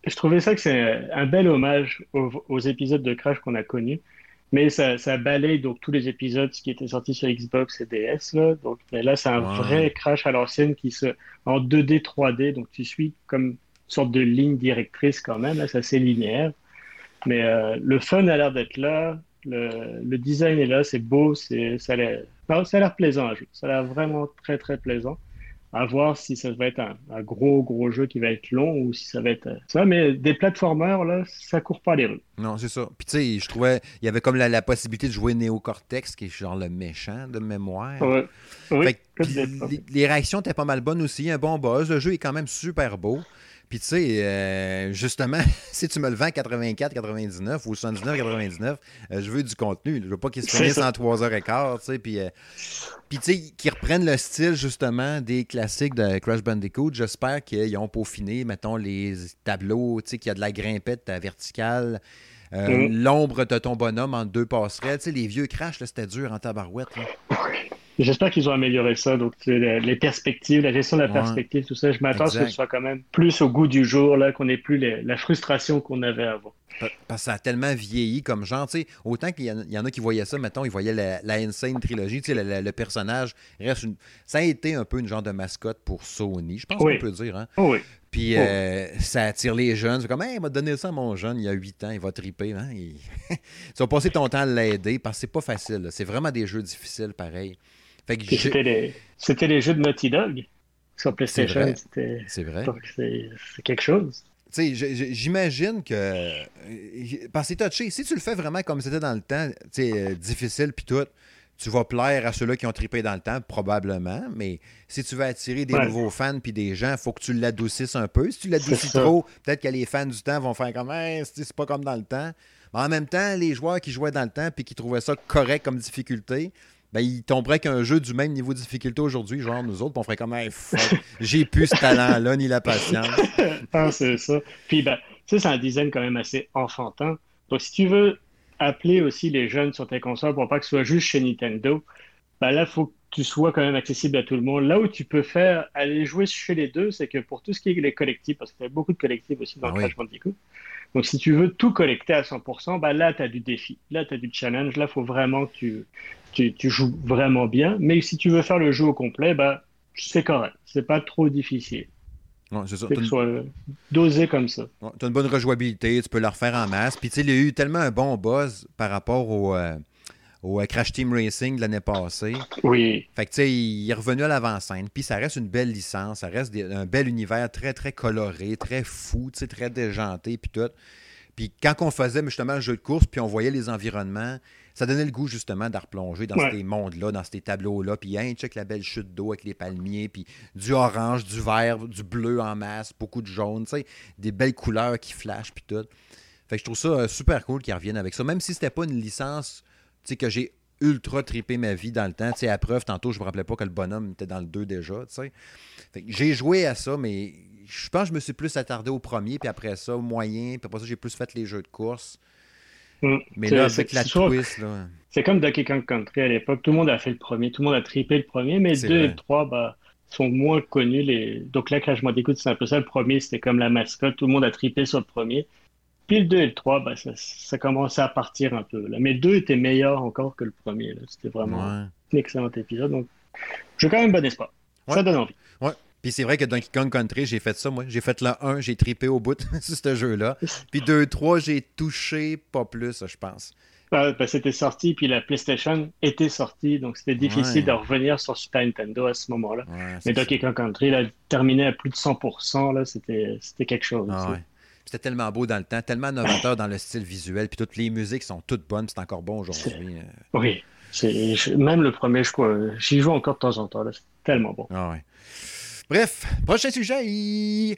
je trouvais ça que c'est un bel hommage aux, aux épisodes de Crash qu'on a connus. Mais ça, ça balaye donc tous les épisodes qui étaient sortis sur Xbox et D S, là. Donc mais là, c'est un Ouais. vrai Crash à l'ancienne qui se en deux D, trois D. Donc tu suis comme une sorte de ligne directrice quand même. Là, c'est assez linéaire. Mais euh, le fun a l'air d'être là. Le, le design est là, c'est beau, c'est, ça a l'air, non, ça a l'air plaisant à jouer. Ça a l'air vraiment très très plaisant. À voir si ça va être un, un gros gros jeu qui va être long ou si ça va être euh, ça. Mais des platformers là, ça court pas les rues. Non, c'est ça. Puis tu sais, je trouvais, il y avait comme la, la possibilité de jouer Néocortex, qui est genre le méchant de mémoire. Ouais. Fait Oui, que, que puis des fois. les, les réactions étaient pas mal bonnes aussi, un bon buzz. Le jeu est quand même super beau. Puis tu sais, euh, justement, si tu me le vends à quatre-vingt-quatre quatre-vingt-dix-neuf ou soixante-dix-neuf quatre-vingt-dix-neuf, euh, je veux du contenu. Je veux pas qu'il se C'est finisse ça. en trois heures quinze, tu sais. Puis, euh, puis tu sais, qu'ils reprennent le style, justement, des classiques de Crash Bandicoot. J'espère qu'ils ont peaufiné, mettons, les tableaux, tu sais, qu'il y a de la grimpette à verticale. Euh, Mm. l'ombre de ton bonhomme en deux passerelles. Tu sais, les vieux Crash, là, c'était dur en tabarouette, là. J'espère qu'ils ont amélioré ça. Donc, tu sais, les les perspectives, la gestion de la Ouais, perspective, tout ça, je m'attends à ce que ce exact. soit quand même plus au goût du jour, là, qu'on n'ait plus les- la frustration qu'on avait avant. Pa- Parce que ça a tellement vieilli comme genre, tu sais, autant qu'il y, en il y en a qui voyaient ça, mettons, ils voyaient la, la Insane Trilogy, tu sais, le, le- le personnage reste une... Ça a été un peu une genre de mascotte pour Sony, je pense qu'on Oui, peut dire, hein. oh oui, Puis oh oui. euh, ça attire les jeunes, c'est comme, hey, il m'a donné ça à mon jeune, il y a huit ans, il va triper, hein. Il... tu vas passer ton temps à l'aider, parce que c'est pas facile, là. C'est vraiment des jeux difficiles, pareil. Fait que Puis j'ai... c'était les, c'était les jeux de Naughty Dog sur C'est PlayStation. vrai, C'était, c'est vrai. donc c'est c'est quelque chose. Tu sais, j- j- j'imagine que. euh, Parce que c'est touché. Si tu le fais vraiment comme c'était dans le temps, tu sais, euh, difficile puis tout, tu vas plaire à ceux-là qui ont trippé dans le temps, probablement. Mais si tu veux attirer des Ouais, nouveaux fans puis des gens, il faut que tu l'adoucisses un peu. Si tu c'est l'adoucis ça. trop, peut-être que les fans du temps vont faire comme, hey, c'est c'est pas comme dans le temps. Mais en même temps, les joueurs qui jouaient dans le temps puis qui trouvaient ça correct comme difficulté, ben, ils tomberaient qu'un jeu du même niveau de difficulté aujourd'hui, genre nous autres, puis on ferait comme, hey, fuck, j'ai plus ce talent-là ni la patience. Ah, c'est ça. Puis, ben, tu sais, c'est un design quand même assez enfantin. Donc, si tu veux appeler aussi les jeunes sur tes consoles pour pas que ce soit juste chez Nintendo, ben là, il faut que tu sois quand même accessible à tout le monde. Là où tu peux faire aller jouer chez les deux, c'est que pour tout ce qui est les collectifs, parce qu'il y a beaucoup de collectifs aussi dans Ah Crash oui. Bandicoot, donc si tu veux tout collecter à cent pour cent, ben là, tu as du défi. Là, tu as du challenge. Là, il faut vraiment que tu, tu, tu joues vraiment bien. Mais si tu veux faire le jeu au complet, ben, c'est correct. C'est pas trop difficile. Ouais, c'est ça. C'est T'as que ce une, soit dosé comme ça. ouais, t'as une bonne rejouabilité, tu peux la refaire en masse. Puis, tu sais, il y a eu tellement un bon buzz par rapport au, euh, au euh, Crash Team Racing de l'année passée. Oui, Fait que, tu sais, il est revenu à l'avant-scène. Puis, ça reste une belle licence. Ça reste des- un bel univers très, très coloré, très fou, tu sais, très déjanté, puis tout. Puis, quand on faisait justement le jeu de course, puis on voyait les environnements, ça donnait le goût justement de replonger dans ouais. ces mondes-là, dans ces tableaux-là. Puis, hein, check la belle chute d'eau avec les palmiers, puis du orange, du vert, du bleu en masse, beaucoup de jaune, tu sais, des belles couleurs qui flashent, puis tout. Fait que je trouve ça euh, super cool qu'ils reviennent avec ça. Même si c'était pas une licence, tu sais, que j'ai ultra trippé ma vie dans le temps. Tu sais, à preuve, tantôt, je me rappelais pas que le bonhomme était dans le deux déjà, tu sais. Fait que j'ai joué à ça, mais je pense que je me suis plus attardé au premier, puis après ça, au moyen, puis après ça, j'ai plus fait les jeux de course. Mm. Mais là, C'est c'est- avec la c'est sûr twist, là, c'est comme Donkey Kong Country à l'époque. Tout le monde a fait le premier, tout le monde a trippé le premier, mais le c'est deux et le vrai. trois bah, sont moins connus. Les... Donc là, Crash Bandicoot, c'est un peu ça. Le premier, c'était comme la mascotte. Tout le monde a trippé sur le premier. Puis le deux et le trois bah, ça, ça commençait à partir un peu. Là. Mais le deux était meilleur encore que le premier. Là. C'était vraiment Ouais. un excellent épisode. Donc, j'ai quand même bon espoir. Ouais. Ça donne envie. Ouais. Puis c'est vrai que Donkey Kong Country, j'ai fait ça, moi. J'ai fait le un, j'ai trippé au bout sur ce jeu-là. Puis deux, trois, j'ai touché pas plus, je pense. Bah, bah, c'était sorti, puis la PlayStation était sortie, donc c'était difficile de Ouais. revenir sur Super Nintendo à ce moment-là. Ouais, Mais c'est ça. Donkey Kong Country, là, terminé à plus de cent pour cent, là, c'était, c'était quelque chose Ah aussi. ouais. C'était tellement beau dans le temps, tellement novateur dans le style visuel, puis toutes les musiques sont toutes bonnes, puis c'est encore bon C'est- aujourd'hui. euh. Oui, c'est, je- même le premier, je crois, j'y joue encore de temps en temps, là, c'est tellement bon. Ah ouais. Bref, prochain sujet. il-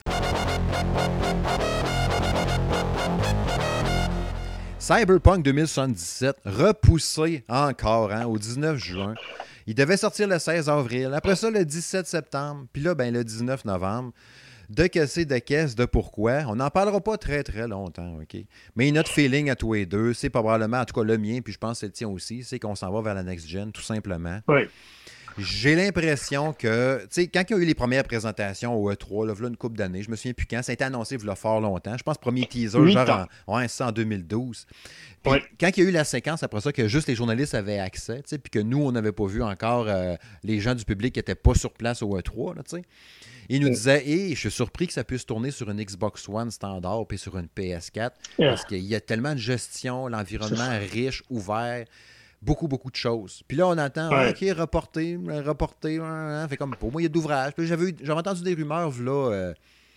Cyberpunk deux mille soixante-dix-sept, repoussé encore hein, au dix-neuf juin. Il devait sortir le seize avril, après ça le dix-sept septembre, puis là, ben, le dix-neuf novembre. De casser de caisse, de pourquoi. On n'en parlera pas très très longtemps, OK? Mais notre feeling à tous les deux, c'est probablement, en tout cas le mien, puis je pense que c'est le tien aussi, c'est qu'on s'en va vers la next-gen, tout simplement. Oui, J'ai l'impression que, tu sais, quand il y a eu les premières présentations au E trois, là, voilà une couple d'années, je me souviens plus quand, ça a été annoncé il y a fort longtemps. Je pense premier teaser, Huit ans. genre en, ouais, ça en deux mille douze. Oui. Puis quand il y a eu la séquence après ça, que juste les journalistes avaient accès, tu sais, puis que nous, on n'avait pas vu encore euh, les gens du public qui n'étaient pas sur place au E trois, là, tu sais. Il nous disait, hé, je suis surpris que ça puisse tourner sur une Xbox One standard puis sur une P S quatre, Yeah. parce qu'il y a tellement de gestion, l'environnement riche, ouvert. Beaucoup, beaucoup de choses. Puis là, on attend, ah, Ouais. OK, reporter, reporter. Hein, fait comme pour moi, il y a d'ouvrages. Puis j'avais, eu, j'avais entendu des rumeurs, là, euh,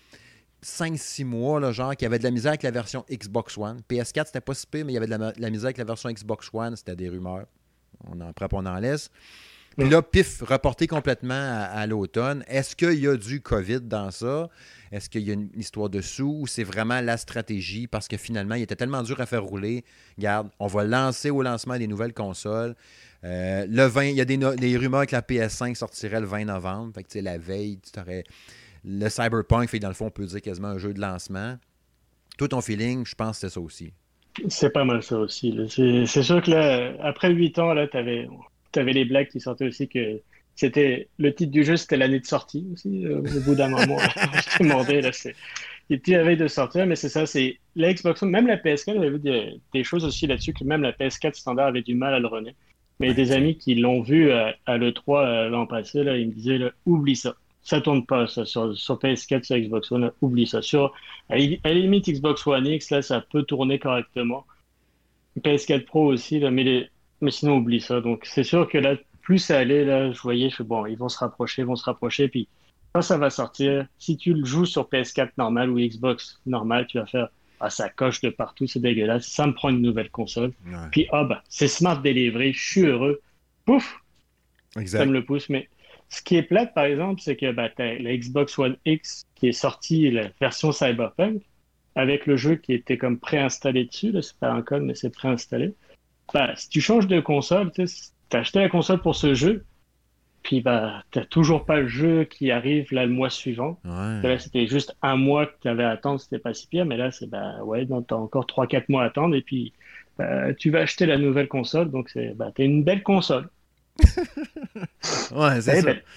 cinq six mois, là, genre, qu'il y avait de la misère avec la version Xbox One. P S quatre, c'était pas si pire, mais il y avait de la, de la misère avec la version Xbox One. C'était des rumeurs. On en prend, on en laisse. Puis là, pif, reporté complètement à, à l'automne. Est-ce qu'il y a du COVID dans ça? Est-ce qu'il y a une histoire dessous ou c'est vraiment la stratégie? Parce que finalement, il était tellement dur à faire rouler. Regarde, on va lancer au lancement des nouvelles consoles. Euh, le vingt, il y a des, no- des rumeurs que la P S cinq sortirait le vingt novembre. Fait que, tu sais, la veille, tu aurais le Cyberpunk, fait que dans le fond, on peut dire quasiment un jeu de lancement. Toi, ton feeling, je pense que c'est ça aussi. C'est pas mal ça aussi, là. C'est, c'est sûr que là, après huit ans, là, t'avais, t'avais les blagues qui sortaient aussi que c'était le titre du jeu, c'était l'année de sortie aussi. euh, au bout d'un moment, là, je te demandais, là, c'est, il était la veille de sortir, mais c'est ça, c'est la Xbox One, même la P S quatre, j'avais vu des, des choses aussi là-dessus que même la P S quatre standard avait du mal à le runner. Mais Ouais, des t'sais. amis qui l'ont vu à, à l'E trois euh, l'an passé, là, ils me disaient, là, oublie ça. Ça tourne pas, ça, sur, sur P S quatre, sur Xbox One, là, oublie ça. Sur, à, la à la limite, Xbox One X, là, ça peut tourner correctement. P S quatre Pro aussi, là, mais, les... mais sinon, oublie ça. Donc, c'est sûr que là, plus ça allait, là, je voyais, je fais, bon, ils vont se rapprocher, ils vont se rapprocher, puis quand ça va sortir, si tu le joues sur P S quatre normal ou Xbox normal, tu vas faire, ah, ça coche de partout, c'est dégueulasse, ça me prend une nouvelle console. Ouais. Puis, ah, bah, c'est Smart Delivery, je suis heureux. Pouf, ça Exact. me le pousse. Mais ce qui est plate, par exemple, c'est que bah, t'as la Xbox One X qui est sortie, la version Cyberpunk, avec le jeu qui était comme préinstallé dessus, là, c'est pas un code, mais c'est préinstallé. Bah, si tu changes de console, tu sais, t'as acheté la console pour ce jeu, puis bah, t'as toujours pas le jeu qui arrive là le mois suivant. Ouais. Là, c'était juste un mois que tu avais à attendre, c'était pas si pire, mais là, c'est bah ouais, donc t'as encore trois quatre mois à attendre, et puis bah, tu vas acheter la nouvelle console, donc c'est bah, t'as une belle console. Ouais, c'est Elle est ça. belle.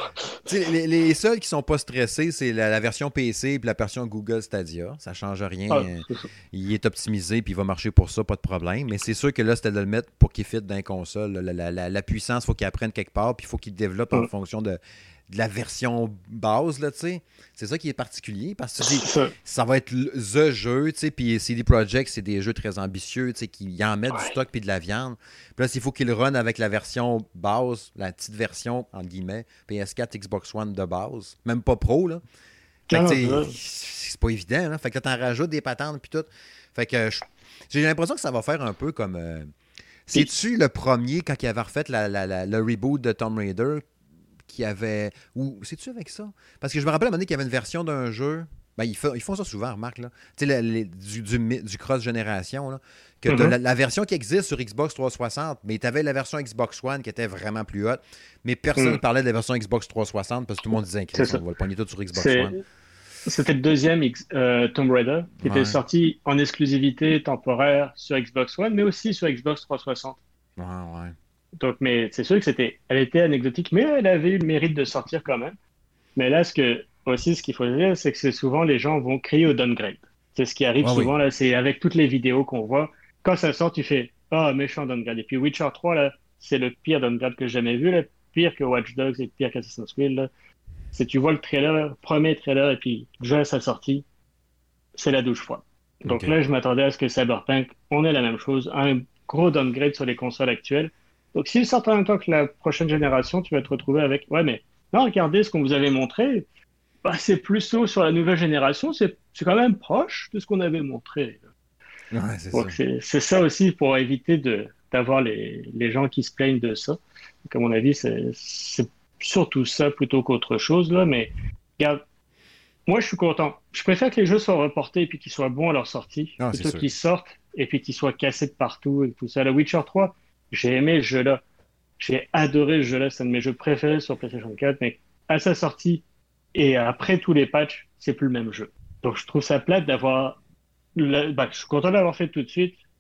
Tu sais, les, les seuls qui sont pas stressés, c'est la, la version P C et la version Google Stadia. Ça change rien. Ah, Euh, c'est ça. Il est optimisé puis il va marcher pour ça, pas de problème. Mais c'est sûr que là, c'était de le mettre pour qu'il fitte dans les consoles. La, la, la, la puissance, il faut qu'il apprenne quelque part puis il faut qu'il développe en Hum. fonction de, de la version base, là, tu sais. C'est ça qui est particulier parce que tu dis, C'est ça. ça va être le the jeu, tu sais, puis C D Projekt, c'est des jeux très ambitieux, tu sais, qui y en mettent du Ouais. stock puis de la viande. Puis là, s'il faut qu'il run avec la version base, la petite version, entre guillemets, P S quatre, Xbox One de base, même pas pro, là. Fait que, Non, tu c'est ça. sais, c'est pas évident, là. Fait que là, t'en rajoutes des patentes puis tout. Fait que je- j'ai l'impression que ça va faire un peu comme... euh, C'est-tu le premier, quand il avait refait la, la- la- le reboot de Tomb Raider, qui avait... Ou c'est-tu avec ça? Parce que je me rappelle à un moment donné qu'il y avait une version d'un jeu... Ben, ils, font, ils font ça souvent, remarque, là. Tu sais, le- les- du, du, mi- du cross-génération, là. Que t'as Mhm. la, la version qui existe sur Xbox trois cent soixante, mais tu avais la version Xbox One qui était vraiment plus haute. Mais personne ne Mm. parlait de la version Xbox trois cent soixante parce que tout le monde disait, C'est Chris, ça. on va le pogner tout sur Xbox C'est- One. C'était le deuxième X- euh, Tomb Raider qui était Ouais, sorti en exclusivité temporaire sur Xbox One, mais aussi sur Xbox trois cent soixante. ouais, ouais. Donc, mais c'est sûr que c'était, elle était anecdotique, mais elle avait eu le mérite de sortir quand même. Mais là, ce que, aussi, ce qu'il faut dire, c'est que c'est souvent les gens vont crier au downgrade. C'est ce qui arrive Ouais, oui. souvent, là, c'est avec toutes les vidéos qu'on voit. Quand ça sort, tu fais, ah, méchant downgrade. Et puis Witcher trois, là, c'est le pire downgrade que j'ai jamais vu, là. Pire que Watch Dogs et pire qu'Assassin's Creed, là. C'est tu vois le trailer, premier trailer, et puis déjà à sa sortie, c'est la douche froide. Donc Ok. là, je m'attendais à ce que Cyberpunk, on ait la même chose, un gros downgrade sur les consoles actuelles. Donc s'ils sortent en même temps que la prochaine génération, tu vas te retrouver avec, ouais, mais non, regardez ce qu'on vous avait montré, bah, c'est plus haut sur la nouvelle génération, c'est c'est quand même proche de ce qu'on avait montré. Ouais, c'est ça. Donc c'est c'est ça aussi pour éviter de d'avoir les, les gens qui se plaignent de ça. Donc, à mon avis, c'est c'est surtout ça plutôt qu'autre chose, là, mais regarde, moi, je suis content. Je préfère que les jeux soient reportés et puis qu'ils soient bons à leur sortie, Non, c'est plutôt sûr. qu'ils sortent et puis qu'ils soient cassés de partout et tout ça. La Witcher trois, j'ai aimé ce jeu-là. J'ai adoré ce jeu-là. C'est un de mes jeux préférés sur PlayStation quatre, mais à sa sortie et après tous les patchs, c'est plus le même jeu. Donc, je trouve ça plate d'avoir... le- bah, je suis content d'avoir fait tout de suite,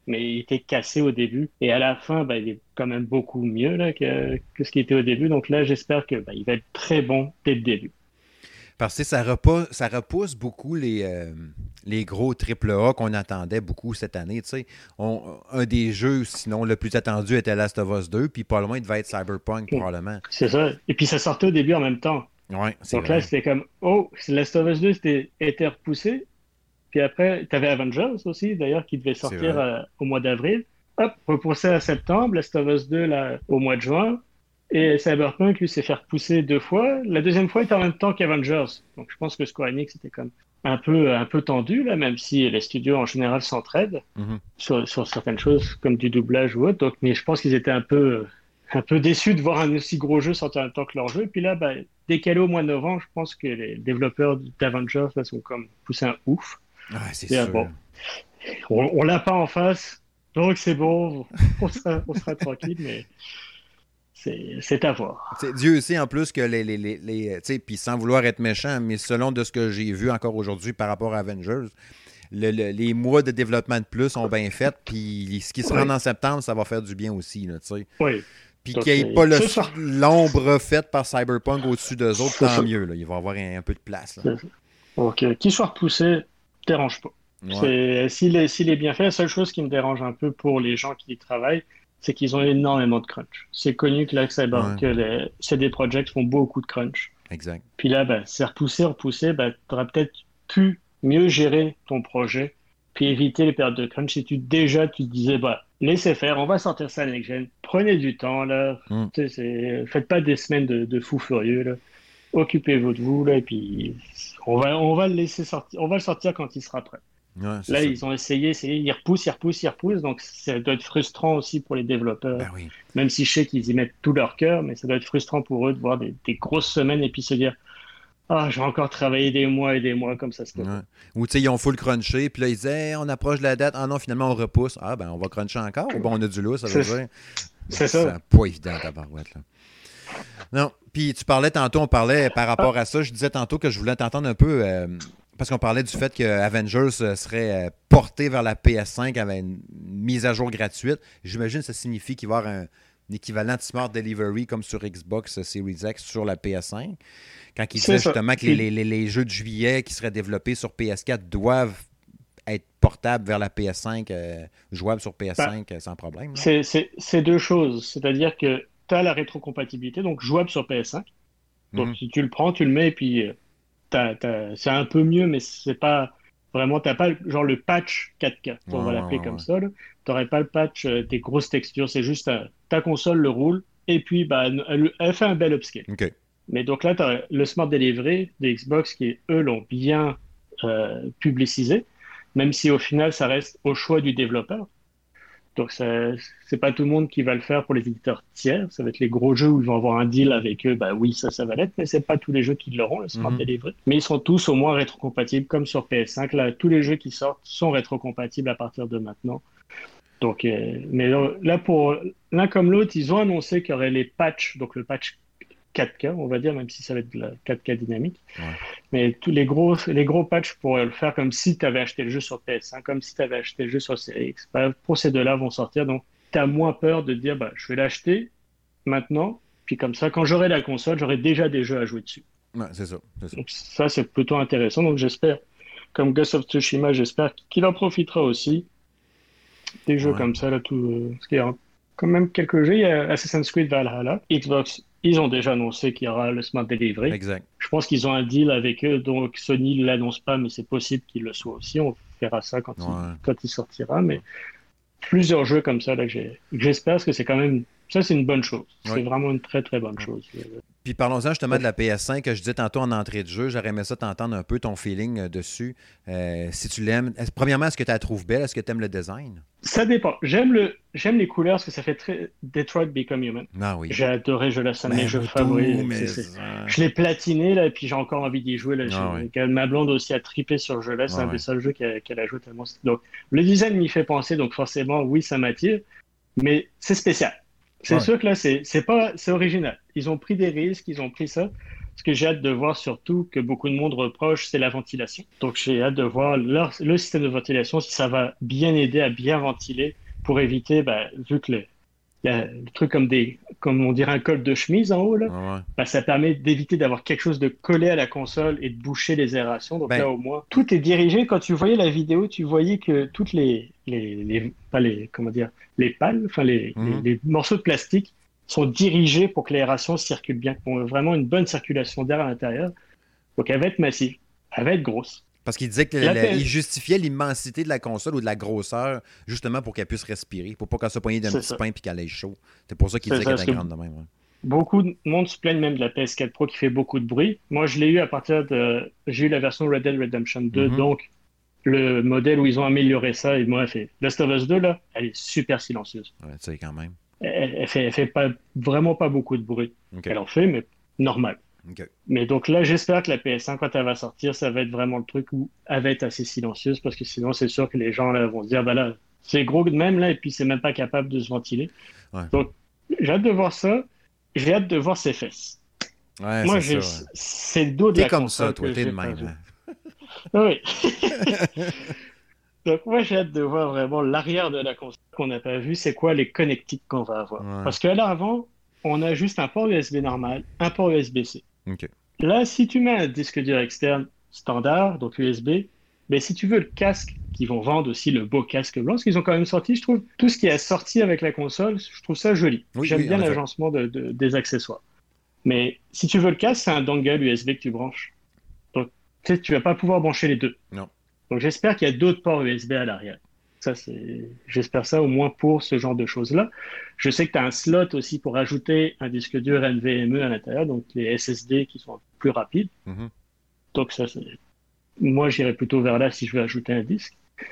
mais il était cassé au début. Et à la fin, bah, il est quand même beaucoup mieux là, que, que ce qui était au début. Donc là, j'espère que bah, il va être très bon dès le début. Parce que ça repousse, ça repousse beaucoup les, euh, les gros triple A qu'on attendait beaucoup cette année. On, un des jeux, sinon le plus attendu, était Last of Us deux, puis pas loin devait être Cyberpunk, probablement. C'est ça. Et puis ça sortait au début en même temps. Ouais, c'est Donc vrai. là, c'était comme, oh, Last of Us deux c'était, était repoussé. Puis après, tu avais Avengers aussi, d'ailleurs, qui devait sortir euh, au mois d'avril. Hop, repoussé à septembre, Last of Us deux là, au mois de juin. Et Cyberpunk, lui, s'est fait repousser deux fois. La deuxième fois était en même temps qu'Avengers. Donc je pense que Square Enix était comme un peu, un peu tendu, là, même si les studios en général s'entraident Mm-hmm. sur, sur certaines choses, comme du doublage ou autre. Donc, mais je pense qu'ils étaient un peu, un peu déçus de voir un aussi gros jeu sortir en même temps que leur jeu. Et puis là, bah, décalé au mois de novembre, je pense que les développeurs d'Avengers là, sont comme poussés un ouf. Ah, c'est Et, sûr. bon, on, on l'a pas en face, donc c'est bon, on sera, on sera tranquille, mais c'est, c'est à voir. T'sais, Dieu sait en plus que les. les, les, les puis sans vouloir être méchant, mais selon de ce que j'ai vu encore aujourd'hui par rapport à Avengers, le, le, les mois de développement de plus ont bien fait, puis ce qui se rend en septembre, ça va faire du bien aussi. Là, oui. Puis qu'il n'y ait pas le, l'ombre faite par Cyberpunk au-dessus d'eux autres, tant mieux. Là. Il va y avoir un, un peu de place. Là. Donc, euh, qu'il soit repoussé, dérange pas. Ouais. C'est, s'il, est, s'il est bien fait, la seule chose qui me dérange un peu pour les gens qui y travaillent, c'est qu'ils ont énormément de crunch. C'est connu que, là, que, Cyber, ouais. que les C D Projekt font beaucoup de crunch. Exact. Puis là, ben, c'est repoussé, repoussé, ben, tu aurais peut-être pu mieux gérer ton projet, puis éviter les périodes de crunch. Si tu déjà, tu te disais, bah, laissez faire, on va sortir ça à next-gen, prenez du temps, là. Mm. C'est, faites pas des semaines de, de fous furieux, là. Occupez-vous de vous, là, et puis on va, on va le laisser sortir, on va le sortir quand il sera prêt. Ouais, là, ça. ils ont essayé, essayé, ils repoussent, ils repoussent, ils repoussent, donc ça doit être frustrant aussi pour les développeurs. Ben oui. Même si je sais qu'ils y mettent tout leur cœur, mais ça doit être frustrant pour eux de voir des, des grosses semaines et puis se dire, ah, je vais encore travailler des mois et des mois comme ça se peut. Ouais. Ou tu sais, ils ont full crunché, puis là, ils disaient, hey, on approche de la date. Ah non, finalement, on repousse. Ah, ben, on va cruncher encore. Ou bon, on a du lot, ça veut c'est, dire. C'est ça. C'est pas évident, ta barouette, là. Non, puis tu parlais tantôt, on parlait par rapport ah. à ça, je disais tantôt que je voulais t'entendre un peu, euh, parce qu'on parlait du fait que Avengers serait porté vers la P S cinq avec une mise à jour gratuite. J'imagine que ça signifie qu'il va y avoir un, un équivalent de Smart Delivery comme sur Xbox Series X sur la P S cinq. Quand il disait justement que les, les, les jeux de juillet qui seraient développés sur P S quatre doivent être portables vers la P S cinq, euh, jouables sur P S cinq bah, sans problème. C'est, c'est, c'est deux choses, c'est-à-dire que tu as la rétrocompatibilité, donc jouable sur P S cinq. Donc, mm-hmm. si tu le prends, tu le mets, et puis t'as, t'as, c'est un peu mieux, mais c'est pas vraiment, t'as pas genre le patch quatre K, on ouais, va l'appeler ouais, comme ouais. ça. Tu n'aurais pas le patch, euh, tes grosses textures, c'est juste euh, ta console le roule, et puis bah, elle, elle fait un bel upscale. Okay. Mais donc là, tu as le Smart Delivery des Xbox qui, eux, l'ont bien euh, publicisé, même si au final, ça reste au choix du développeur. Donc, ça, c'est pas tout le monde qui va le faire pour les éditeurs tiers. Ça va être les gros jeux où ils vont avoir un deal avec eux. Bah oui, ça, ça va l'être, mais c'est pas tous les jeux qui l'auront, le Smart mm-hmm. Delivery. Mais ils sont tous au moins rétrocompatibles, comme sur P S cinq. Là, tous les jeux qui sortent sont rétrocompatibles à partir de maintenant. Donc, euh, mais là, pour l'un comme l'autre, ils ont annoncé qu'il y aurait les patchs, donc le patch quatre K, on va dire, même si ça va être de la quatre K dynamique. Ouais. Mais tous les gros, les gros patchs pourraient le faire comme si tu avais acheté le jeu sur P S cinq, comme si tu avais acheté le jeu sur Series X. Bah, pour ces deux-là vont sortir, donc tu as moins peur de te dire, bah, je vais l'acheter maintenant, puis comme ça, quand j'aurai la console, j'aurai déjà des jeux à jouer dessus. Ouais, c'est ça, c'est ça. Donc ça, c'est plutôt intéressant. Donc j'espère, comme Ghost of Tsushima, j'espère qu'il en profitera aussi. Des jeux ouais. comme ça, là, tout. Euh, parce qu'il y a quand même quelques jeux. Il y a Assassin's Creed Valhalla, Xbox. Ils ont déjà annoncé qu'il y aura le Smart Delivery. Exact. Je pense qu'ils ont un deal avec eux, donc Sony ne l'annonce pas, mais c'est possible qu'il le soit aussi. On verra ça quand, ouais. il, quand il sortira. Mais plusieurs jeux comme ça, là, que, j'ai, que j'espère, parce que c'est quand même... Ça, c'est une bonne chose. Ouais. C'est vraiment une très, très bonne ouais. chose. Puis parlons-en justement de la P S cinq, que je disais tantôt en entrée de jeu. J'aurais aimé ça t'entendre un peu ton feeling euh, dessus. Euh, si tu l'aimes. Est-ce, premièrement, est-ce que tu la trouves belle? Est-ce que tu aimes le design? Ça dépend. J'aime, le, j'aime les couleurs parce que ça fait très Detroit Become Human. Ah oui. J'ai adoré, je laisse un de mes jeux favoris. Je l'ai platiné, là, et puis j'ai encore envie d'y jouer. Là. Ah oui. Ma blonde aussi a trippé sur Je laisse, ah c'est un oui. des seuls jeux qu'elle, qu'elle a joué tellement. Donc, le design m'y fait penser, donc forcément, oui, ça m'attire. Mais c'est spécial. C'est ouais. sûr que là, c'est, c'est, pas, c'est original. Ils ont pris des risques, ils ont pris ça. Ce que j'ai hâte de voir surtout, que beaucoup de monde reproche, c'est la ventilation. Donc j'ai hâte de voir leur, le système de ventilation, si ça va bien aider à bien ventiler pour éviter, bah, vu que le, la- le truc comme des, comme on dirait un col de chemise en haut, là, Ouais, ouais. bah, ça permet d'éviter d'avoir quelque chose de collé à la console et de boucher les aérations. Donc Ben, là, au moins, tout est dirigé. Quand tu voyais la vidéo, tu voyais que toutes les, les, les, pas les, comment dire, les pales, enfin les, les, mhm. les morceaux de plastique sont dirigés pour que l'aération circule bien, pour vraiment une bonne circulation d'air à l'intérieur. Donc elle va être massive, elle va être grosse. Parce qu'il disait La qu'il P S, justifiait l'immensité de la console ou de la grosseur, justement pour qu'elle puisse respirer, pour pas qu'elle soit poignée d'un c'est petit ça. pain et qu'elle ait chaud. C'est pour ça qu'il C'est disait ça, qu'elle parce était que grande de même. Ouais. beaucoup de monde se plaignent même de la P S quatre Pro qui fait beaucoup de bruit. Moi, je l'ai eu à partir de... J'ai eu la version Red Dead Redemption deux, Mhm. donc le modèle où ils ont amélioré ça, et moi, elle fait... Last of Us deux, là, elle est super silencieuse. Ouais, tu sais, quand même. Elle, elle fait, elle fait pas, vraiment pas beaucoup de bruit. OK. Elle en fait, mais normal. OK. Mais donc là, j'espère que la P S cinq, quand elle va sortir, ça va être vraiment le truc où elle va être assez silencieuse, parce que sinon, c'est sûr que les gens là, vont se dire, bah là, c'est gros de même, là, et puis c'est même pas capable de se ventiler. Ouais, Donc, j'ai hâte de voir ça. J'ai hâte de voir ses fesses. ouais Moi, c'est j'ai, ça. Ouais. c'est le dos de T'es la comme ça, console toi. que T'es de j'ai pas même. vu. Hein. Oui. Donc, moi, j'ai hâte de voir vraiment l'arrière de la console qu'on n'a pas vu. C'est quoi les connectiques qu'on va avoir? Ouais. Parce que là, avant, on a juste un port U S B normal, un port U S B-C. OK. Là, si tu mets un disque dur externe standard, donc U S B, mais si tu veux le casque, qu'ils vont vendre aussi le beau casque blanc, parce qu'ils ont quand même sorti, je trouve, tout ce qui est sorti avec la console, je trouve ça joli. Oui, J'aime oui, bien en effet. l'agencement de, de- des accessoires. Mais si tu veux le casque, c'est un dongle U S B que tu branches. Donc, tu sais, tu vas pas pouvoir brancher les deux. Non. Donc, j'espère qu'il y a d'autres ports U S B à l'arrière. Ça, c'est, j'espère ça au moins pour ce genre de choses-là. Je sais que tu as un slot aussi pour ajouter un disque dur NVMe à l'intérieur, donc les S S D qui sont plus rapides. Mhm. Donc, ça, c'est... moi, j'irais plutôt vers là si je veux ajouter un disque.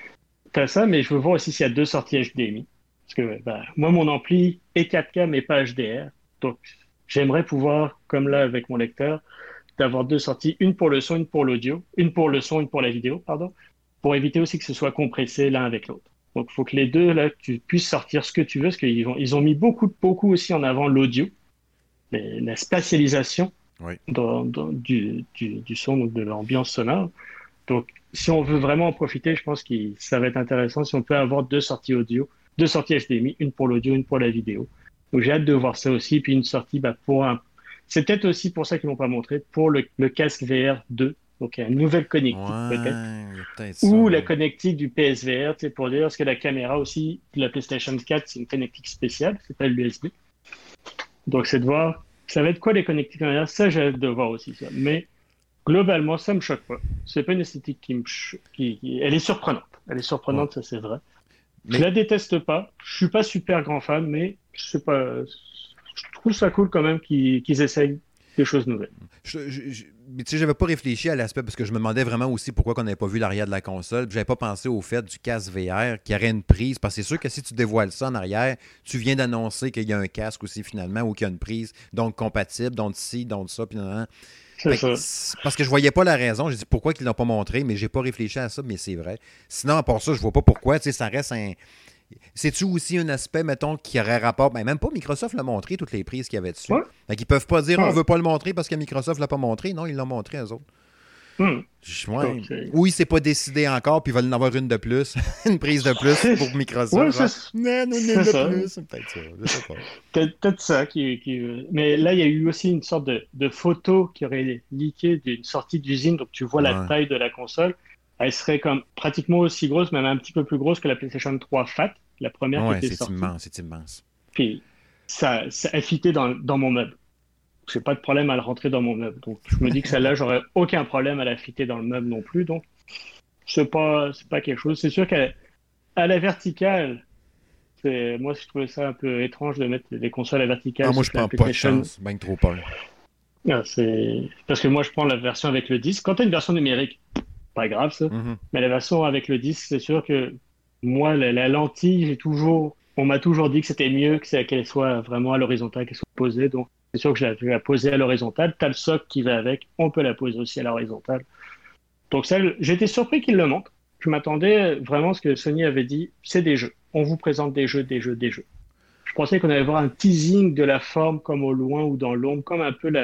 Tu as ça, mais je veux voir aussi s'il y a deux sorties H D M I. Parce que bah, moi, mon ampli est quatre K, mais pas H D R. Donc, j'aimerais pouvoir, comme là avec mon lecteur, d'avoir deux sorties, une pour le son, une pour l'audio, une pour le son, une pour la vidéo, pardon, pour éviter aussi que ce soit compressé l'un avec l'autre. Donc, il faut que les deux, là, que tu puisses sortir ce que tu veux, parce qu'ils ont, ils ont mis beaucoup, beaucoup aussi en avant l'audio, mais la spatialisation Oui. dans, dans- du, du, du son, donc de l'ambiance sonore. Donc, si on veut vraiment en profiter, je pense que ça va être intéressant si on peut avoir deux sorties audio, deux sorties H D M I, une pour l'audio, une pour la vidéo. Donc, j'ai hâte de voir ça aussi. Puis une sortie bah, pour un. C'est peut-être aussi pour ça qu'ils l'ont pas montré, pour le, le casque V R deux. Donc, une nouvelle connectique peut-être. Ouais, il y a peut-être ça. Ou la Ouais. connectique du P S V R, tu sais, pour dire, parce que la caméra aussi de la PlayStation quatre, c'est une connectique spéciale, c'est pas l'U S B. Donc, c'est de voir, ça va être quoi les connectiques caméra, ça, j'ai hâte de voir aussi ça. Mais globalement, ça me choque pas. C'est pas une esthétique qui me ch- qui, qui- elle est surprenante. Elle est Ouais. surprenante, ça c'est vrai. Je Mais la déteste pas. Je suis pas super grand fan, mais je sais pas. Je trouve ça cool quand même qu'ils qu'ils essayent des choses nouvelles. Je, je, je- mais tu sais, j'avais pas réfléchi à l'aspect parce que je me demandais vraiment aussi pourquoi on n'avait pas vu l'arrière de la console. Puis j'avais pas pensé au fait du casque V R qui aurait une prise. Parce que c'est sûr que si tu dévoiles ça en arrière, tu viens d'annoncer qu'il y a un casque aussi finalement ou qu'il y a une prise donc compatible, donc ci, donc ça, puis nan, nan. C'est Fait que ça. c'est- parce que je voyais pas la raison. J'ai dit pourquoi ils l'ont pas montré, mais j'ai pas réfléchi à ça, mais c'est vrai. Sinon, à part ça, je vois pas pourquoi. Tu sais, ça reste un. C'est-tu aussi un aspect, mettons, qui aurait rapport. Ben, même pas Microsoft l'a montré, toutes les prises qu'il y avait dessus. Ouais. Fait qu'ils peuvent pas dire on Ouais. veut pas le montrer parce que Microsoft l'a pas montré. Non, ils l'ont montré, eux autres. Hmm. Je- ouais. Donc, c'est- Oui, c'est pas décidé encore, puis ils veulent en avoir une de plus. Une prise de plus pour Microsoft. Ouais, genre, c'est non, non, c'est une de ça. plus. C'est peut-être ça. Je sais pas. Peut-être peut-être ça qui, qui- Mais là, il y a eu aussi une sorte de, de photo qui aurait leaké d'une sortie d'usine. Donc, tu vois la Ouais. taille de la console. Elle serait comme pratiquement aussi grosse, même un petit peu plus grosse que la PlayStation trois Fat, la première qui Ouais, était c'est sortie. immense, c'est immense. Puis ça, ça a fité dans, dans mon meuble. J'ai pas de problème à le rentrer dans mon meuble. Donc, je me dis que celle-là, j'aurais aucun problème à la fitter dans le meuble non plus. Donc, c'est pas, c'est pas quelque chose. C'est sûr qu'à à la verticale, c'est, moi, je trouvais ça un peu étrange de mettre les consoles à la verticale Ah, moi, sur je la prends pas de PlayStation. chance. Ben trop peur. Ah, c'est parce que moi, je prends la version avec le disque. Quand tu as une version numérique, pas grave ça. Mhm. Mais la version avec le disque, c'est sûr que moi, la, la lentille, j'ai toujours, on m'a toujours dit que c'était mieux que c'est- qu'elle soit vraiment à l'horizontale, qu'elle soit posée. Donc, c'est sûr que je la, je vais la poser à l'horizontale. T'as le socle qui va avec, on peut la poser aussi à l'horizontale. Donc ça, j'étais surpris qu'ils le montrent. Je m'attendais vraiment à ce que Sony avait dit, c'est des jeux. On vous présente des jeux, des jeux, des jeux. Je pensais qu'on allait voir un teasing de la forme comme au loin ou dans l'ombre, comme un peu la,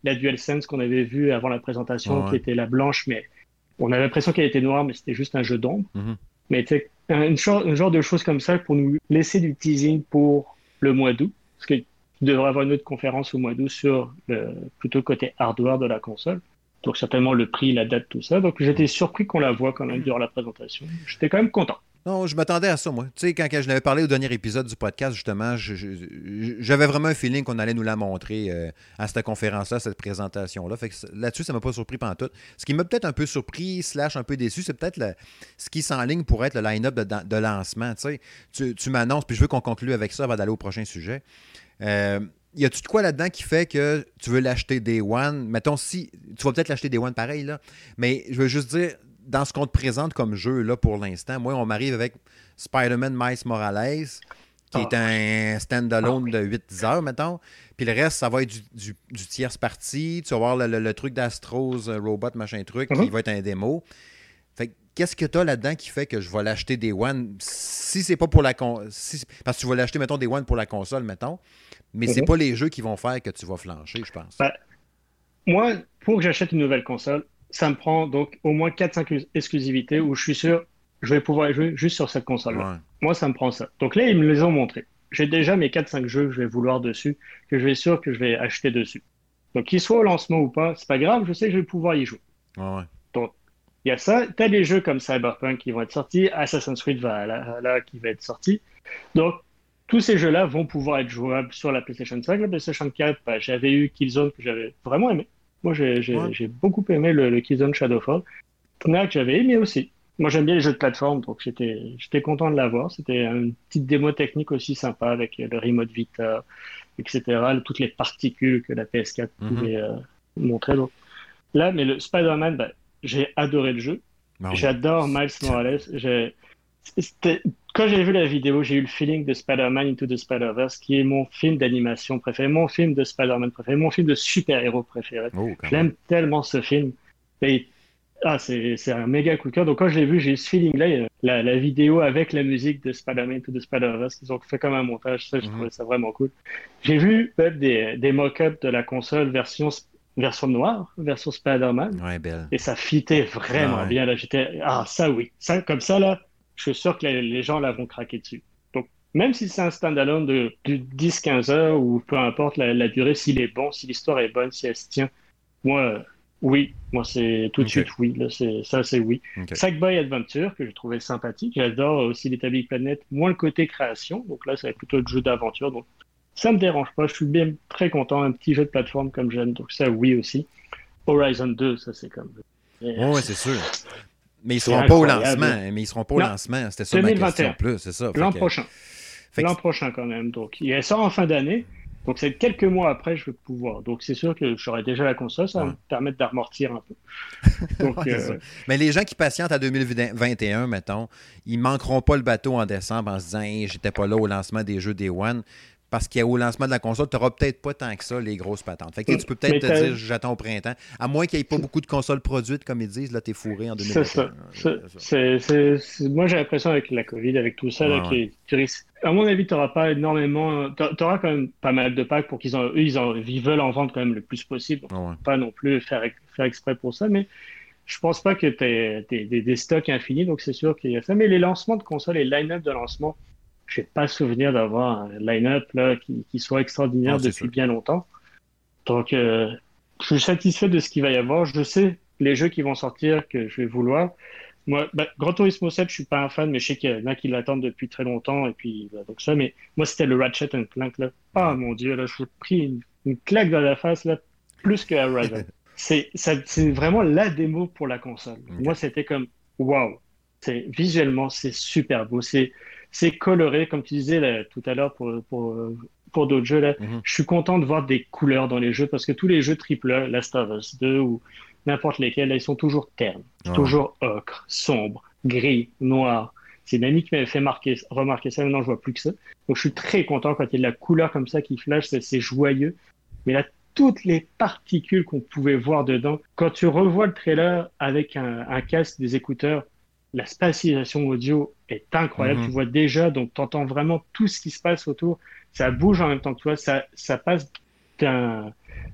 la DualSense qu'on avait vue avant la présentation, Ouais, qui ouais. était la blanche, mais on avait l'impression qu'elle était noire, mais c'était juste un jeu d'ombre. Mhm. Mais tu sais, un, une cho- un genre de choses comme ça pour nous laisser du teasing pour le mois d'août, parce qu'il devrait y avoir une autre conférence au mois d'août sur le plutôt côté hardware de la console. Donc certainement le prix, la date, tout ça. Donc j'étais surpris qu'on la voit quand même durant la présentation. J'étais quand même content. Non, je m'attendais à ça, moi. Tu sais, quand, quand je l'avais parlé au dernier épisode du podcast, justement, je- je- j'avais vraiment un feeling qu'on allait nous la montrer euh, à cette conférence-là, cette présentation-là. Fait que c- là-dessus, ça m'a pas surpris pantoute. Ce qui m'a peut-être un peu surpris, slash un peu déçu, c'est peut-être le- ce qui s'enligne pour être le line-up de, de lancement. Tu sais, tu, tu m'annonces, puis je veux qu'on conclue avec ça avant d'aller au prochain sujet. Euh, y a-tu de quoi là-dedans qui fait que tu veux l'acheter Day One? Mettons, si. Tu vas peut-être l'acheter Day One pareil, là. Mais je veux juste dire, dans ce qu'on te présente comme jeu, là, pour l'instant, moi, on m'arrive avec Spider-Man Miles Morales, qui est Ah, un standalone de huit dix heures, mettons. Puis le reste, ça va être du, du, du tierce partie. Tu vas voir le, le- le truc d'Astros, euh, Robot, machin truc, qui mhm. va être un démo. Fait que, qu'est-ce que tu as là-dedans qui fait que je vais l'acheter Day One si c'est pas pour la console. Si, parce que tu vas l'acheter, mettons, Day One pour la console, mettons. Mais c'est Mhm. pas les jeux qui vont faire que tu vas flancher, je pense. Ben, moi, pour que j'achète une nouvelle console, ça me prend donc au moins quatre cinq exclusivités où je suis sûr je vais pouvoir jouer juste sur cette console-là. Ouais. Moi, ça me prend ça. Donc là, ils me les ont montrés. J'ai déjà mes quatre cinq jeux que je vais vouloir dessus, que je vais sûr que je vais acheter dessus. Donc, qu'ils soient au lancement ou pas, c'est pas grave, je sais que je vais pouvoir y jouer. Ouais, ouais. Donc, il y a ça. Tu as des jeux comme Cyberpunk qui vont être sortis, Assassin's Creed Valhalla qui va être sorti. Donc, tous ces jeux-là vont pouvoir être jouables sur la PlayStation cinq. La PlayStation quatre, bah, j'avais eu Killzone que j'avais vraiment aimé. Moi, j'ai Ouais. j'ai- j'ai beaucoup aimé le, le Killzone Shadowfall. Knack, j'avais aimé aussi. Moi, j'aime bien les jeux de plateforme, donc j'étais j'étais content de l'avoir. C'était une petite démo technique aussi sympa avec le remote Vita, et cetera. Toutes les particules que la P S quatre Mhm. pouvait euh, montrer. Donc, là, mais le Spider-Man, bah, j'ai adoré le jeu. Ben oui. J'adore Miles Morales. J'ai- c'était- Quand j'ai vu la vidéo, j'ai eu le feeling de Spider-Man Into the Spider-Verse, qui est mon film d'animation préféré, mon film de Spider-Man préféré, mon film de super-héros préféré. Oh, quand Je même. l'aime tellement ce film. Et, ah, c'est c'est un méga coup de cœur. Donc quand je l'ai vu, j'ai eu ce feeling-là. Il y a La, la vidéo avec la musique de Spider-Man Into the Spider-Verse, qu'ils ont fait comme un montage, ça, j'ai Mhm. trouvé ça vraiment cool. J'ai vu même des, des mock-ups de la console version, version noire, version Spider-Man. Ouais, belle. Et ça fitait vraiment Ah ouais. bien. Là, j'étais, ah, ça oui. Ça, comme ça, là, je suis sûr que les, les gens là vont craquer dessus. Donc, même si c'est un standalone de, de dix quinze heures ou peu importe la, la durée, s'il est bon, si l'histoire est bonne, si elle se tient, moi, euh, oui. Moi, c'est tout de OK. suite oui. Là, c'est, ça, c'est oui. OK. Sackboy Adventure, que j'ai trouvé sympathique. J'adore aussi les Little Big Planet, moins le côté création. Donc là, c'est plutôt le jeu d'aventure. Donc, ça me dérange pas. Je suis bien très content. Un petit jeu de plateforme comme j'aime. Donc, ça, oui aussi. Horizon deux, ça, c'est comme. Ouais, ouais, c'est sûr. Mais ils C'est seront pas au incroyable. lancement. Mais ils seront pas au Non, lancement. C'était ça ma question deux mille vingt et un. plus, c'est ça. Fait L'an que, prochain. fait que- L'an prochain quand même. Donc, il sort en fin d'année. Donc, c'est quelques mois après, je vais pouvoir. Donc, c'est sûr que j'aurai déjà la console. Ça va Ouais. me permettre d'amortir un peu. Donc, Ouais, c'est ça. euh, Mais les gens qui patientent à deux mille vingt et un, mettons, ils manqueront pas le bateau en décembre en se disant hey, j'étais pas là au lancement des jeux Day One. Parce qu'au lancement de la console, tu n'auras peut-être pas tant que ça les grosses patentes. Fait que, tu sais, tu peux peut-être mais te t'as- dire j'attends au printemps. À moins qu'il n'y ait pas beaucoup de consoles produites, comme ils disent, là, t'es fourré en c'est deux mille vingt et un. ça. C'est, C'est ça. c'est- c'est- c'est- Moi, j'ai l'impression avec la COVID, avec tout ça, là, Ouais, ouais. que tu risques- à mon avis, tu n'auras pas énormément. Tu auras quand même pas mal de packs pour qu'ils en... Eux, ils, en... ils veulent en vendre quand même le plus possible. Donc, Ouais, ouais. pas non plus faire, faire exprès pour ça, mais je pense pas que tu aies des, des, des stocks infinis, donc c'est sûr qu'il y a ça. Mais les lancements de consoles et line-up de lancement, je n'ai pas souvenir d'avoir un line-up là, qui, qui soit extraordinaire Non, c'est depuis sûr. bien longtemps. Donc, euh, je suis satisfait de ce qu'il va y avoir. Je sais les jeux qui vont sortir que je vais vouloir. Moi, bah, Gran Turismo sept, je suis pas un fan, mais je sais qu'il y en a qui l'attendent depuis très longtemps. Et puis, bah, donc ça, mais moi, c'était le Ratchet and Clank, là. Ah, Ouais. mon Dieu, là, je me suis pris une, une claque dans la face, là, plus que Horizon. C'est, ça, c'est vraiment la démo pour la console. Ok. Moi, c'était comme, waouh. C'est, visuellement, c'est super beau. C'est, c'est coloré, comme tu disais là, tout à l'heure pour, pour, pour d'autres jeux, là. Mhm. Je suis content de voir des couleurs dans les jeux parce que tous les jeux triple A, Last of Us deux ou n'importe lesquels, là, ils sont toujours ternes, Ouais, toujours ocre, sombre, gris, noir. C'est une amie qui m'avait fait marquer, remarquer ça, maintenant je vois plus que ça. Donc je suis très content quand il y a de la couleur comme ça qui flash, c'est, c'est joyeux. Mais là, toutes les particules qu'on pouvait voir dedans, quand tu revois le trailer avec un, un casque, des écouteurs, la spatialisation audio est incroyable. Mhm. Tu vois déjà, donc tu entends vraiment tout ce qui se passe autour. Ça bouge en même temps que toi, ça, ça passe d'un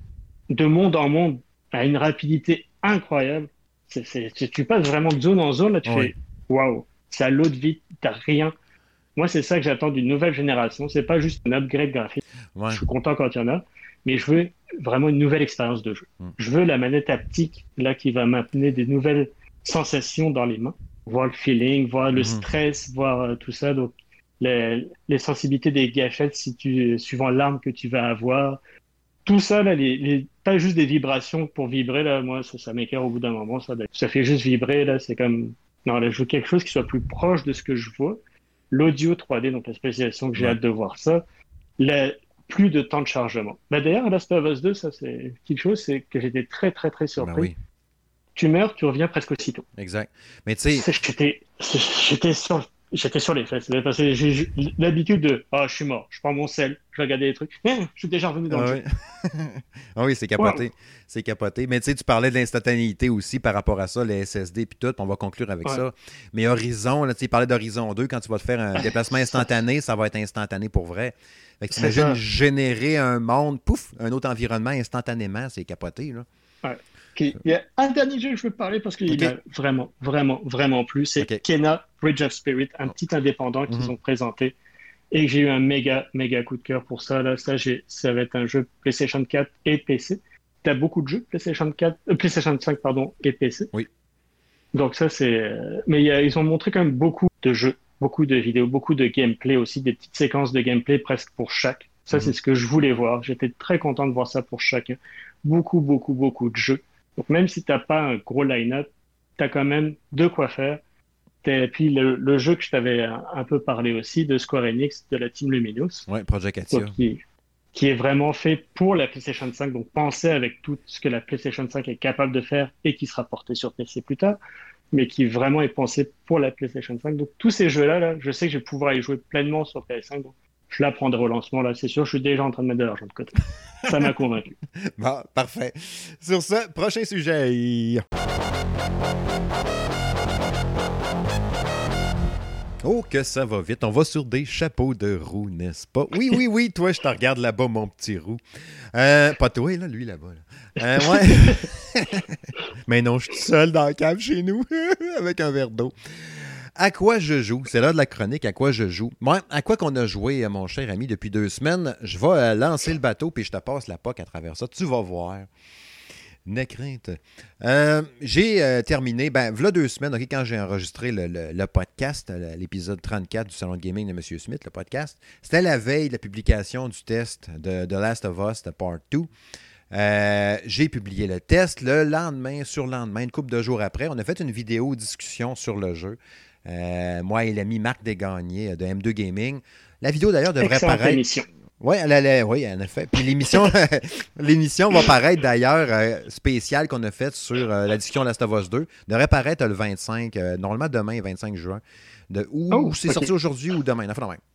de monde en monde à une rapidité incroyable. C'est, c'est, tu tu passes vraiment de zone en zone, là, tu Oui. fais waouh, c'est à l'autre vite, t'as rien. Moi, c'est ça que j'attends d'une nouvelle génération. C'est pas juste un upgrade graphique. Je Ouais. suis content quand il y en a, mais je veux vraiment une nouvelle expérience de jeu. Mm. Je veux la manette haptique, là, qui va m'amener des nouvelles sensations dans les mains, voir le feeling, voir le Mhm. stress, voir euh, tout ça. Donc, les, les sensibilités des gâchettes, si tu, suivant l'arme que tu vas avoir. Tout ça, là, les, les, pas juste des vibrations pour vibrer, là, moi, ça, ça m'écoeure au bout d'un moment, ça, ça fait juste vibrer, là, c'est comme, non, là, je veux quelque chose qui soit plus proche de ce que je vois. L'audio trois D, donc la spécialisation que j'ai Ouais. hâte de voir ça. La, plus de temps de chargement. Bah, d'ailleurs, Last of Us deux, ça, c'est quelque chose, c'est que j'étais très, très, très Ben surpris. oui, Tu meurs, tu reviens presque aussitôt. exact. Mais tu sais, C'est- J'étais, c'est- j'étais sur, j'étais sur les fesses. Parce que j'ai j'ai l'habitude de, ah, je suis mort, je prends mon sel, je regarde les trucs. Hein, je suis déjà revenu dans le ah jeu. oui, ah oui, c'est Waouh! capoté. C'est capoté. Mais tu sais, tu parlais de l'instantanéité aussi par rapport à ça, les S S D puis tout, puis on va conclure avec Ouais. ça. Mais Horizon, là, tu sais, parlais d'Horizon deux, quand tu vas te faire un déplacement Ça, instantané, ça va être instantané pour vrai. Fait que c'est t'imagines ça. générer un monde, pouf, un autre environnement instantanément, c'est capoté, là. Ouais. Ok. Il y a un dernier jeu que je veux te parler parce qu'il OK, m'a vraiment, vraiment, vraiment plu. C'est OK. Kena Bridge of Spirit, un petit indépendant qu'ils Mhm. ont présenté et que j'ai eu un méga, méga coup de cœur pour ça. Là, ça, j'ai, ça va être un jeu PlayStation quatre et P C. T'as beaucoup de jeux PlayStation quatre, euh, PlayStation cinq, pardon, et P C. Oui. Donc ça, c'est. euh, Mais il y a- ils ont montré quand même beaucoup de jeux, beaucoup de vidéos, beaucoup de gameplay aussi, des petites séquences de gameplay presque pour chaque. Ça, c'est Mhm. ce que je voulais voir. J'étais très content de voir ça pour chacun. Beaucoup, beaucoup, beaucoup de jeux. Donc même si t'as pas un gros line-up, t'as quand même de quoi faire. Et puis le, le jeu que je t'avais un, un peu parlé aussi de Square Enix, de la team Luminous, Ouais, Project donc Katia. qui, qui est vraiment fait pour la PlayStation cinq, donc pensé avec tout ce que la PlayStation cinq est capable de faire et qui sera porté sur P C plus tard, mais qui vraiment est pensé pour la PlayStation cinq. Donc tous ces jeux-là, là, je sais que je vais pouvoir y jouer pleinement sur P S cinq, donc je la prendrai au lancement, là, c'est sûr, je suis déjà en train de mettre de l'argent de côté. Ça m'a convaincu. Bon, parfait. Sur ce, prochain sujet. Oh, que ça va vite. On va sur des chapeaux de roue, n'est-ce pas? Oui, oui, oui, toi, je te regarde là-bas, mon petit roux. Euh, pas toi, là, lui, là-bas. Là. Euh, ouais. Mais non, je suis seul dans la cave chez nous, avec un verre d'eau. À quoi je joue? C'est l'heure de la chronique, à quoi je joue. Moi, à quoi qu'on a joué, mon cher ami, depuis deux semaines, je vais euh, lancer le bateau, puis je te passe la poque à travers ça. Tu vas voir. N'aie crainte. Euh, j'ai euh, terminé, ben, voilà deux semaines, okay, quand j'ai enregistré le, le, le podcast, l'épisode trente-quatre du Salon de Gaming de M. Smith, le podcast. C'était la veille de la publication du test de The Last of Us, de Part deux. Euh, j'ai publié le test le lendemain, sur le lendemain, une couple de jours après. On a fait une vidéo discussion sur le jeu. Euh, moi et l'ami Marc Desgagnés de M deux Gaming. La vidéo, d'ailleurs, devrait Excellente paraître... émission. Oui, elle allait, oui, en effet. Puis l'émission, l'émission va paraître d'ailleurs euh, spéciale qu'on a faite sur euh, la discussion Last of Us deux. Devrait paraître le vingt-cinq, euh, normalement demain, vingt-cinq juin. De, ou Oh, c'est ok. sorti aujourd'hui ou demain. Enfin, même.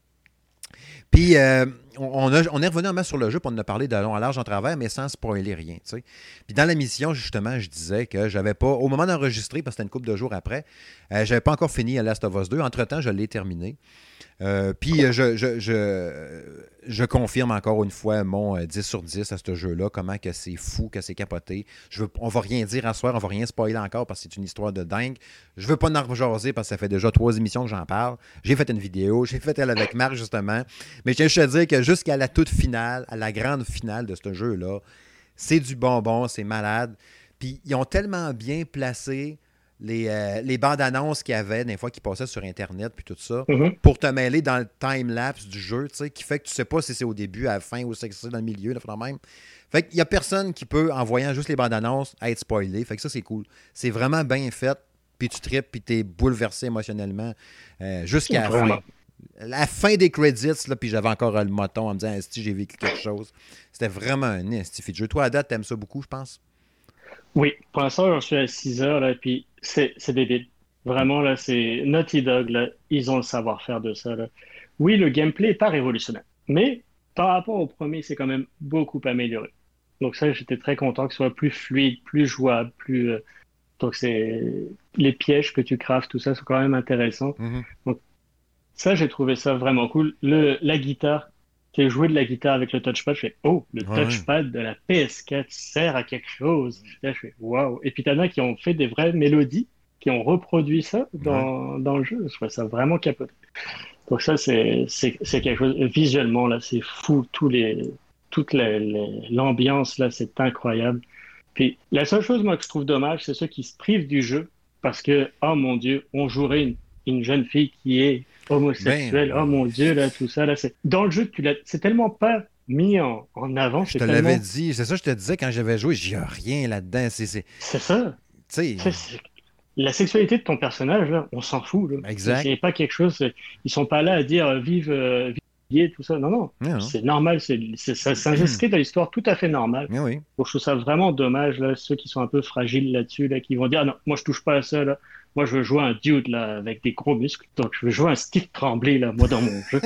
Puis euh, on, a, on est revenu en masse sur le jeu, puis on en a parlé de long à large en travers, mais sans spoiler rien. T'sais. Puis dans l'émission, justement, je disais que j'avais pas, au moment d'enregistrer, parce que c'était une couple de jours après, euh, j'avais pas encore fini Last of Us deux. Entre-temps, je l'ai terminé. Euh, puis je, je, je, je confirme encore une fois mon dix sur dix à ce jeu-là, comment que c'est fou, que c'est capoté. Je veux, on va rien dire à soir, on va rien spoiler encore parce que c'est une histoire de dingue. Je veux pas en rejaser parce que ça fait déjà trois émissions que j'en parle. J'ai fait une vidéo, j'ai fait elle avec Marc justement. Mais je tiens juste à dire que jusqu'à la toute finale, à la grande finale de ce jeu-là, c'est du bonbon, c'est malade. Puis ils ont tellement bien placé les, euh, les bandes annonces qu'il y avait, des fois qui passaient sur Internet, puis tout ça, Mhm. pour te mêler dans le time-lapse du jeu, tu sais, qui fait que tu sais pas si c'est au début, à la fin, ou si c'est dans le milieu, là, même. Fait qu'il y a personne qui peut, en voyant juste les bandes annonces, être spoilé. Fait que ça, c'est cool. C'est vraiment bien fait, puis tu tripes, puis t'es bouleversé émotionnellement euh, jusqu'à la Vraiment. fin. La fin des credits, là, puis j'avais encore le moton en me disant, si j'ai vécu quelque chose. C'était vraiment un esti de jeu. Toi, à date, t'aimes ça beaucoup, je pense? Oui, pour l'instant, j'en suis à six heures, là, puis c'est c'est débile. Vraiment, là, c'est Naughty Dog, là, ils ont le savoir-faire de ça, là. Oui, le gameplay n'est pas révolutionnaire, mais par rapport au premier, c'est quand même beaucoup amélioré. Donc ça, j'étais très content que ce soit plus fluide, plus jouable, plus... euh, Donc c'est... Les pièges que tu craftes, tout ça, sont quand même intéressants. Mm-hmm. Donc ça, j'ai trouvé ça vraiment cool. Le... La guitare, tu sais, jouer de la guitare avec le touchpad, je fais, oh, le Ouais, ouais. touchpad de la P S quatre sert à quelque chose. Là, je fais, waouh. Et puis, t'en as qui ont fait des vraies mélodies, qui ont reproduit ça Ouais. dans, dans le jeu. Je trouve ça vraiment capoté. Donc ça, c'est, c'est, c'est quelque chose, visuellement, là, c'est fou. Tous les, toute la- la- l'ambiance, là, c'est incroyable. Puis, la seule chose, moi, que je trouve dommage, c'est ceux qui se privent du jeu parce que, oh mon Dieu, on jouerait une, une jeune fille qui est Ben, homosexuelle. Oh mon Dieu, là, tout ça, là, c'est, dans le jeu, tu l'as, c'est tellement pas mis en, en avant, je c'est te l'avais tellement, dit. C'est ça que je te disais quand j'avais joué. J'y a rien là-dedans. C'est, c'est, tu c'est ça. sais, C'est- c'est- La sexualité de ton personnage, là, on s'en fout, là. C'est exact. c'est pas quelque chose, c'est- ils sont pas là à dire euh, vive, euh, vive gay, tout ça. Non, non. Non, non. C'est normal, c'est, c'est, ça s'inscrit dans l'histoire tout à fait normal. Mais oui. Donc, je trouve ça vraiment dommage, là, ceux qui sont un peu fragiles là-dessus, là, qui vont dire, ah non, moi, je touche pas à ça, là. Moi, je veux jouer un dude, là, avec des gros muscles. Donc, je veux jouer un Steve Tremblay, là, moi, dans mon jeu.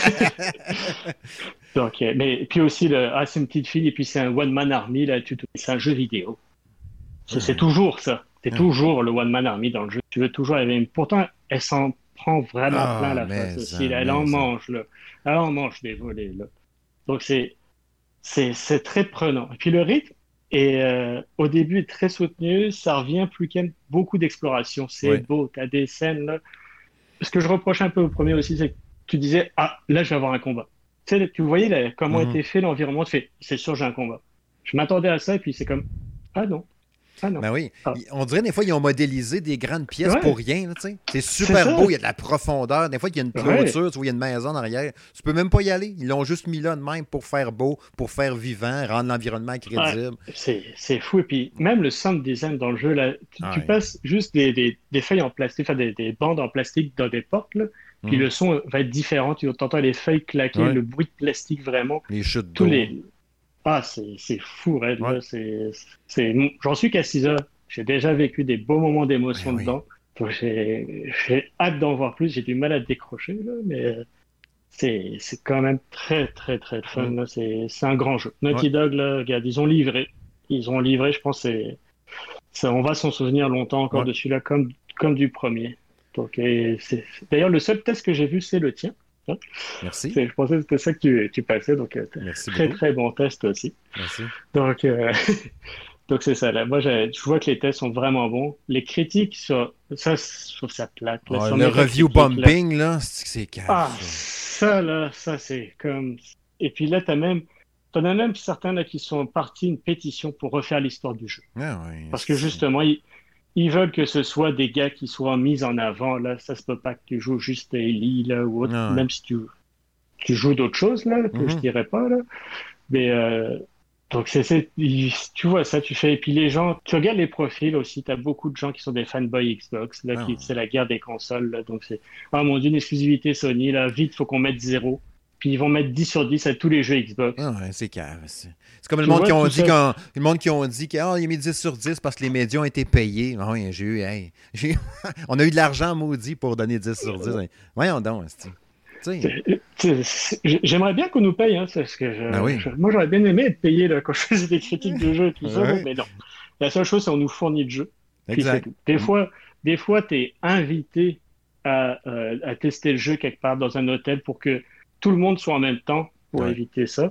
Donc, euh, mais, puis aussi, le, ah, c'est une petite fille, et puis c'est un one-man army, là, tu, tu- c'est un jeu vidéo. C'est c'est toujours ça. C'est Ah, toujours le one-man army dans le jeu. Tu veux toujours aller. Pourtant, elle s'en prend vraiment plein ah, la face mais aussi, ça, là. Elle en mais ça. mange, là. Elle en mange des volets, là. Donc, c'est, c'est, c'est très prenant. Et puis, le rythme est, euh, au début, est très soutenu. Ça revient plus qu'à beaucoup d'exploration. C'est Oui. beau. Tu as des scènes, là. Ce que je reproche un peu au premier aussi, c'est que tu disais, ah, là, je vais avoir un combat. Tu sais, tu voyais là, comment Mhm. était fait l'environnement. Tu fais, c'est sûr, j'ai un combat. Je m'attendais à ça, et puis c'est comme, ah non, ah non. Ben oui. Ah. Il- On dirait des fois, ils ont modélisé des grandes pièces Ouais, pour rien, là, tu sais. C'est c'est super ça. beau, il y a de la profondeur. Des fois, il y a une Ouais. clôture, tu vois, il y a une maison en arrière. Tu peux même pas y aller. Ils l'ont juste mis là de même pour faire beau, pour faire vivant, rendre l'environnement Ouais, crédible. c'est, c'est fou. Et puis, même le sound design dans le jeu, là, tu, tu Ouais. passes juste des, des, des feuilles en plastique, enfin des, des bandes en plastique dans des portes, là, puis Mhm. le son va être différent. Tu entends les feuilles claquer, Ouais. le bruit de plastique vraiment. Les chutes Tous d'eau. les. Ah, c'est, c'est fou, Red, Ouais. là. C'est, c'est... J'en suis qu'à six heures. J'ai déjà vécu des beaux moments Ben d'émotion oui. dedans. Donc, j'ai, j'ai hâte d'en voir plus. J'ai du mal à décrocher, là, mais c'est, c'est quand même très, très, très fun, Mhm. là. C'est, c'est un grand jeu. Ouais. Naughty Dog, là, regarde, ils ont livré. Ils ont livré, je pense, c'est, ça, on va s'en souvenir longtemps encore Ouais. de celui-là, comme, comme du premier. Donc, et c'est... D'ailleurs, le seul test que j'ai vu, c'est le tien. Hein. Merci. C'est- Je pensais que c'était ça que tu, tu passais, donc euh, Merci très, beaucoup. très bon test aussi. Merci. Donc, euh, donc c'est ça. Là. Moi, j'ai- je vois que les tests sont vraiment bons. Les critiques sur ça, je trouve ça plate. Là, Ah, sur le review Metacritic, là. bombing, là, c'est c'est cave, Ah, ça. ça, là, ça, c'est comme. Et puis là, t'as même, t'en as même certains là qui sont partis une pétition pour refaire l'histoire du jeu. Ah ouais, Parce que c'est- justement, ils, ils veulent que ce soit des gars qui soient mis en avant. Là, ça se peut pas que tu joues juste Ellie là ou autre, Ah ouais. même si tu, tu joues d'autres choses là, que je Mhm. dirais pas là. Mais euh, donc c'est, c'est- il- tu vois ça, tu fais. Et puis les gens, tu regardes les profils aussi. T'as beaucoup de gens qui sont des fanboys Xbox. Là, Ah qui, ouais. c'est la guerre des consoles. Là, donc c'est, ah mon Dieu, une exclusivité Sony. Là, vite, faut qu'on mette zéro. Puis ils vont mettre dix sur dix à tous les jeux Xbox. Ah ouais, c'est cave. C'est c'est comme le Tu monde vois qui ont tout dit ça. quand, le monde qui ont dit qu'il ah, il a mis dix sur dix parce que les médias ont été payés. Ah oui, j'ai eu, hey, j'ai- on a eu de l'argent maudit pour donner dix sur dix. Voyons donc, esti. Tu sais, C'est- c'est- J'aimerais bien qu'on nous paye, hein, parce que ben je- oui. je- moi j'aurais bien aimé être payé là, quand je faisais des critiques de jeux et tout ça, là, Ouais. mais non. La seule chose, c'est qu'on nous fournit le jeu, puis c'est Exact. tout. Des fois, des fois, t'es invité à, euh, à tester le jeu quelque part dans un hôtel pour que tout le monde soit en même temps pour Ouais. éviter ça.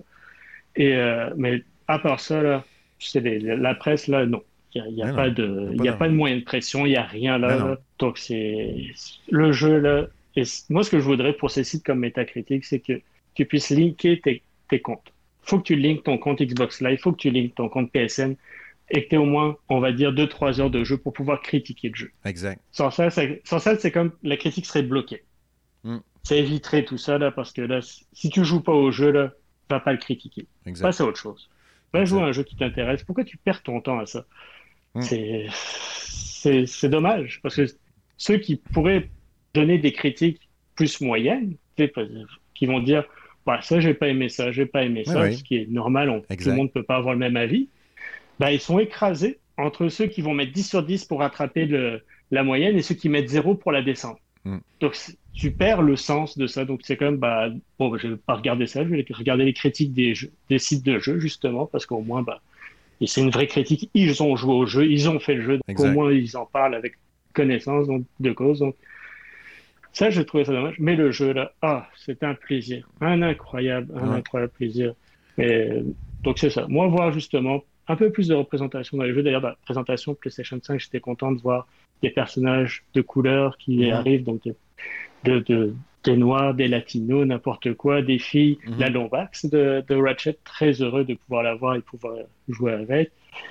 Et euh, mais à part ça, là, c'est les- la presse là, non. Il n'y a, il y a Mais pas non, de, il y a il pas y a de- pas de moyen de pression, il n'y a rien là, Mais non. là. Donc c'est le jeu là. Et c- moi, ce que je voudrais pour ces sites comme Metacritic, c'est que tu puisses linker tes, tes comptes. Il faut que tu linkes ton compte Xbox Live, il faut que tu linkes ton compte P S N et que tu aies au moins, on va dire, deux trois heures de jeu pour pouvoir critiquer le jeu. Exact. Sans ça, c'est, sans ça, c'est comme la critique serait bloquée. Mm. Ça éviterait tout ça là, parce que là, si tu joues pas au jeu, là, va pas le critiquer. Exact. Passe à autre chose. Va Exact. jouer à un jeu qui t'intéresse. Pourquoi tu perds ton temps à ça? Mm. C'est, c'est, c'est dommage, parce que ceux qui pourraient donner des critiques plus moyennes, tu sais, qui vont dire, bah, ça, j'ai pas aimé ça, j'ai pas aimé ça, Oui, oui. ce qui est normal, on- tout Exact. le monde peut pas avoir le même avis, bah, ils sont écrasés entre ceux qui vont mettre dix sur dix pour rattraper le, la moyenne et ceux qui mettent zéro pour la descendre. Mm. Donc, c'est- tu perds le sens de ça. Donc, c'est comme, bah, bon, bah, je vais pas regarder ça, je vais regarder les critiques des, jeux, des sites de jeux, justement, parce qu'au moins, bah, et c'est une vraie critique. Ils ont joué au jeu, ils ont fait le jeu, donc Exact. au moins, ils en parlent avec connaissance donc, de cause. Donc, Ça, j'ai trouvé ça dommage. Mais le jeu, là, ah, c'était un plaisir. Un incroyable, un Ouais. incroyable plaisir. Et, donc, c'est ça. Moi, voir justement un peu plus de représentation dans les jeux. D'ailleurs, bah, présentation PlayStation cinq, j'étais content de voir des personnages de couleur qui Mhm. arrivent, donc de, de, de- des noirs, des latinos, n'importe quoi, des filles. La Mhm. Lombax de, de Ratchet, très heureux de pouvoir la voir et pouvoir jouer avec.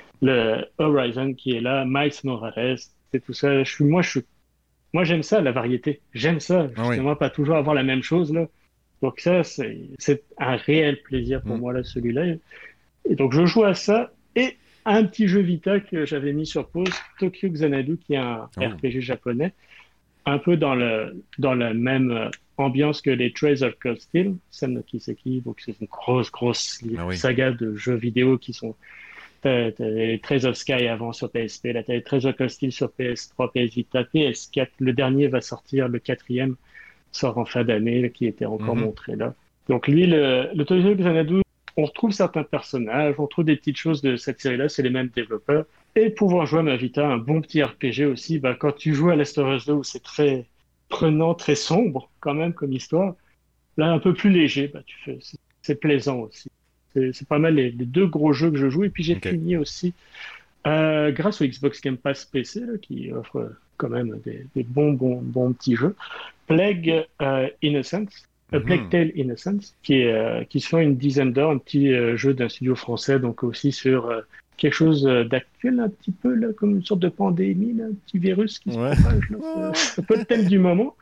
Le Horizon qui est là, Miles Morales, c'est tout ça. Je suis, moi, je suis moi, j'aime ça, la variété. J'aime ça, Ah oui. justement, pas toujours avoir la même chose, là. Donc ça, c'est, c'est un réel plaisir pour Mhm. moi, là, celui-là. Et donc, je joue à ça et un petit jeu Vita que j'avais mis sur pause, Tokyo Xanadu, qui est un Oh. R P G japonais, un peu dans le, dans la même euh, ambiance que les Trails of Cold Steel, Sam no Kiseki. Donc, c'est une grosse, grosse Ah oui. saga de jeux vidéo qui sont T'as, t'as les Trails of Sky avant sur P S P, là, t'as les Trails of Cold Steel sur P S trois, P S Vita, P S quatre. Le dernier va sortir, le quatrième sort en fin d'année, là, qui était encore Mhm. montré là. Donc lui, le, le Tokyo Xanadu, on retrouve certains personnages, on trouve des petites choses de cette série-là, c'est les mêmes développeurs. Et pouvoir jouer à ma Vita, un bon petit R P G aussi, bah, quand tu joues à Last of Us deux, où c'est très prenant, très sombre quand même comme histoire, là, un peu plus léger, bah, tu fais, c'est c'est plaisant aussi. C'est c'est pas mal les, les deux gros jeux que je joue. Et puis j'ai OK. fini aussi, euh, grâce au Xbox Game Pass P C, là, qui offre euh, quand même des, des bons, bons, bons petits jeux. Plague euh, Innocence, euh, Plague Mhm. Tale Innocence, qui, est, euh, qui se fait une dizaine d'heures, un petit euh, jeu d'un studio français, donc aussi sur euh, quelque chose euh, d'actuel, un petit peu, là, comme une sorte de pandémie, là, un petit virus qui se Ouais. propage. Là, Ouais, c'est ouais, un peu le thème du moment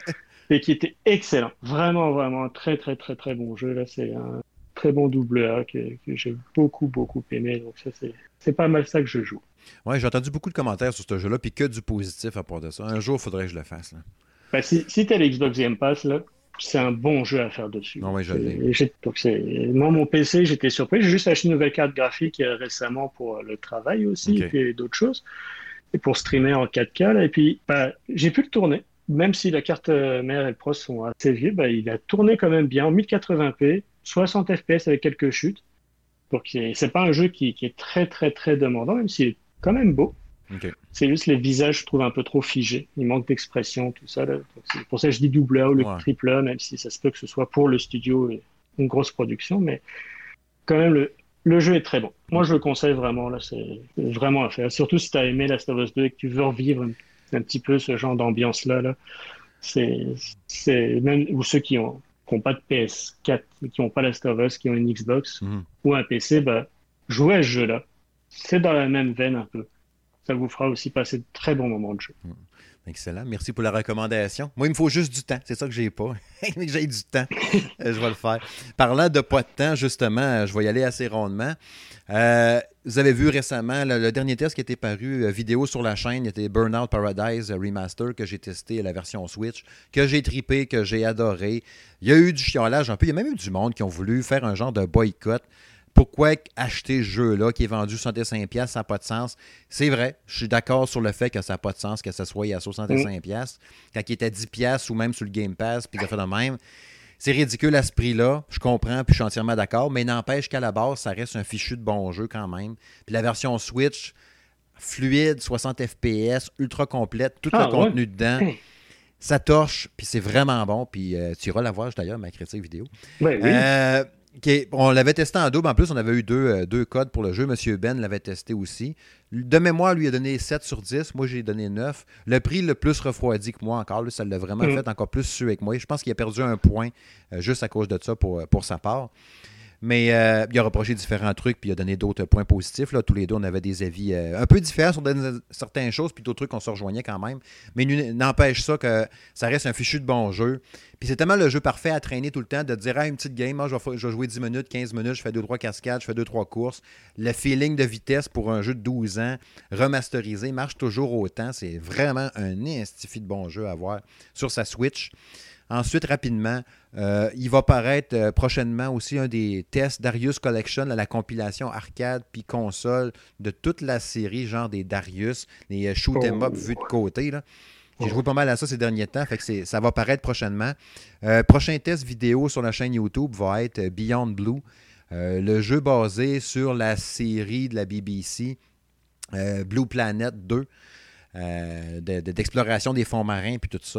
et qui était excellent. Vraiment, vraiment un très, très, très, très bon jeu. Là, c'est un très bon double A que, que j'ai beaucoup, beaucoup aimé. Donc, ça, c'est, c'est pas mal ça que je joue. ouais. Ouais, j'ai entendu beaucoup de commentaires sur ce jeu-là, puis que du positif à part de ça. Un jour, il faudrait que je le fasse. Là. Ben, si, si t'as l'Xbox Game Pass, là, c'est un bon jeu à faire dessus. Non, oui, je l'ai. C'est, j'ai- donc, c'est, moi, mon P C, j'étais surpris. J'ai juste acheté une nouvelle carte graphique euh, récemment pour euh, le travail aussi, et OK. puis d'autres choses, et pour streamer en quatre K. Là, et puis, ben, j'ai pu le tourner. Même si la carte euh, mère et le Pro sont assez vieux, ben, il a tourné quand même bien en mille quatre-vingts p, soixante F P S avec quelques chutes. Donc, c'est c'est pas un jeu qui, qui est très, très, très demandant, même s'il est quand même beau. OK. C'est juste les visages, je trouve, un peu trop figés. Il manque d'expression, tout ça. Là. Donc, c'est pour ça que je dis double A ou le Ouais. triple A, même si ça se peut que ce soit pour le studio et une grosse production. Mais quand même, le, le jeu est très bon. Moi, je le conseille vraiment. Là, c'est vraiment à faire. Surtout si tu as aimé Last of Us deux et que tu veux revivre un, un petit peu ce genre d'ambiance-là. Là. C'est, c'est même, ou ceux qui ont, qui ont pas de P S quatre, qui ont pas Last of Us, qui ont une Xbox Mhm. ou un P C, bah, jouez à ce jeu-là. C'est dans la même veine un peu. Ça vous fera aussi passer de très bons moments de jeu. Excellent. Merci pour la recommandation. Moi, il me faut juste du temps. C'est ça que j'ai pas. Mais que j'ai du temps, euh, je vais le faire. Parlant de pas de temps, justement, euh, je vais y aller assez rondement. Euh, vous avez vu récemment le, le dernier test qui était paru, euh, vidéo sur la chaîne, était Burnout Paradise euh, Remaster que j'ai testé, la version Switch, que j'ai trippé, que j'ai adoré. Il y a eu du chiolage un peu. Il y a même eu du monde qui ont voulu faire un genre de boycott. Pourquoi acheter ce jeu-là qui est vendu soixante-cinq dollars, ça n'a pas de sens? C'est vrai, je suis d'accord sur le fait que ça n'a pas de sens que ça soit à soixante-cinq dollars. Quand il est à dix dollars ou même sur le Game Pass, puis il a fait de même. C'est ridicule à ce prix-là, je comprends, puis je suis entièrement d'accord, mais n'empêche qu'à la base, ça reste un fichu de bon jeu quand même. Puis la version Switch, fluide, soixante F P S, ultra complète, tout le Ah ouais? contenu dedans, Hey. ça torche, puis c'est vraiment bon, puis euh, tu iras la voir d'ailleurs, ma critique vidéo. Ben oui. Euh, OK, on l'avait testé en double. En plus, on avait eu deux, euh, deux codes pour le jeu. Monsieur Ben l'avait testé aussi. De mémoire, lui a donné sept sur dix. Moi, j'ai donné neuf. Le prix le plus refroidi que moi encore. Là, ça l'a vraiment Mm. fait encore plus su avec moi. Je pense qu'il a perdu un point euh, juste à cause de ça pour, pour sa part. Mais euh, il a reproché différents trucs, puis il a donné d'autres points positifs. Là. Tous les deux, on avait des avis euh, un peu différents sur des- certaines choses, puis d'autres trucs, on se rejoignait quand même. Mais n- n'empêche ça que ça reste un fichu de bon jeu. Puis c'est tellement le jeu parfait à traîner tout le temps, de te dire, ah, une petite game, moi, je vais, fa- je vais jouer dix minutes, quinze minutes, je fais deux trois cascades, je fais deux trois courses. Le feeling de vitesse pour un jeu de douze ans, remasterisé, marche toujours autant. C'est vraiment un estifi de bon jeu à voir sur sa Switch. Ensuite, rapidement, euh, il va paraître euh, prochainement aussi un des tests Darius Collection, là, la compilation arcade puis console de toute la série, genre des Darius, les euh, shoot 'em up Oh. vus de côté. Là. J'ai Oh. joué pas mal à ça ces derniers temps, fait que c'est, ça va paraître prochainement. Euh, prochain test vidéo sur la chaîne YouTube va être Beyond Blue, euh, le jeu basé sur la série de la B B C, euh, Blue Planet deux, euh, de, de, d'exploration des fonds marins puis tout ça.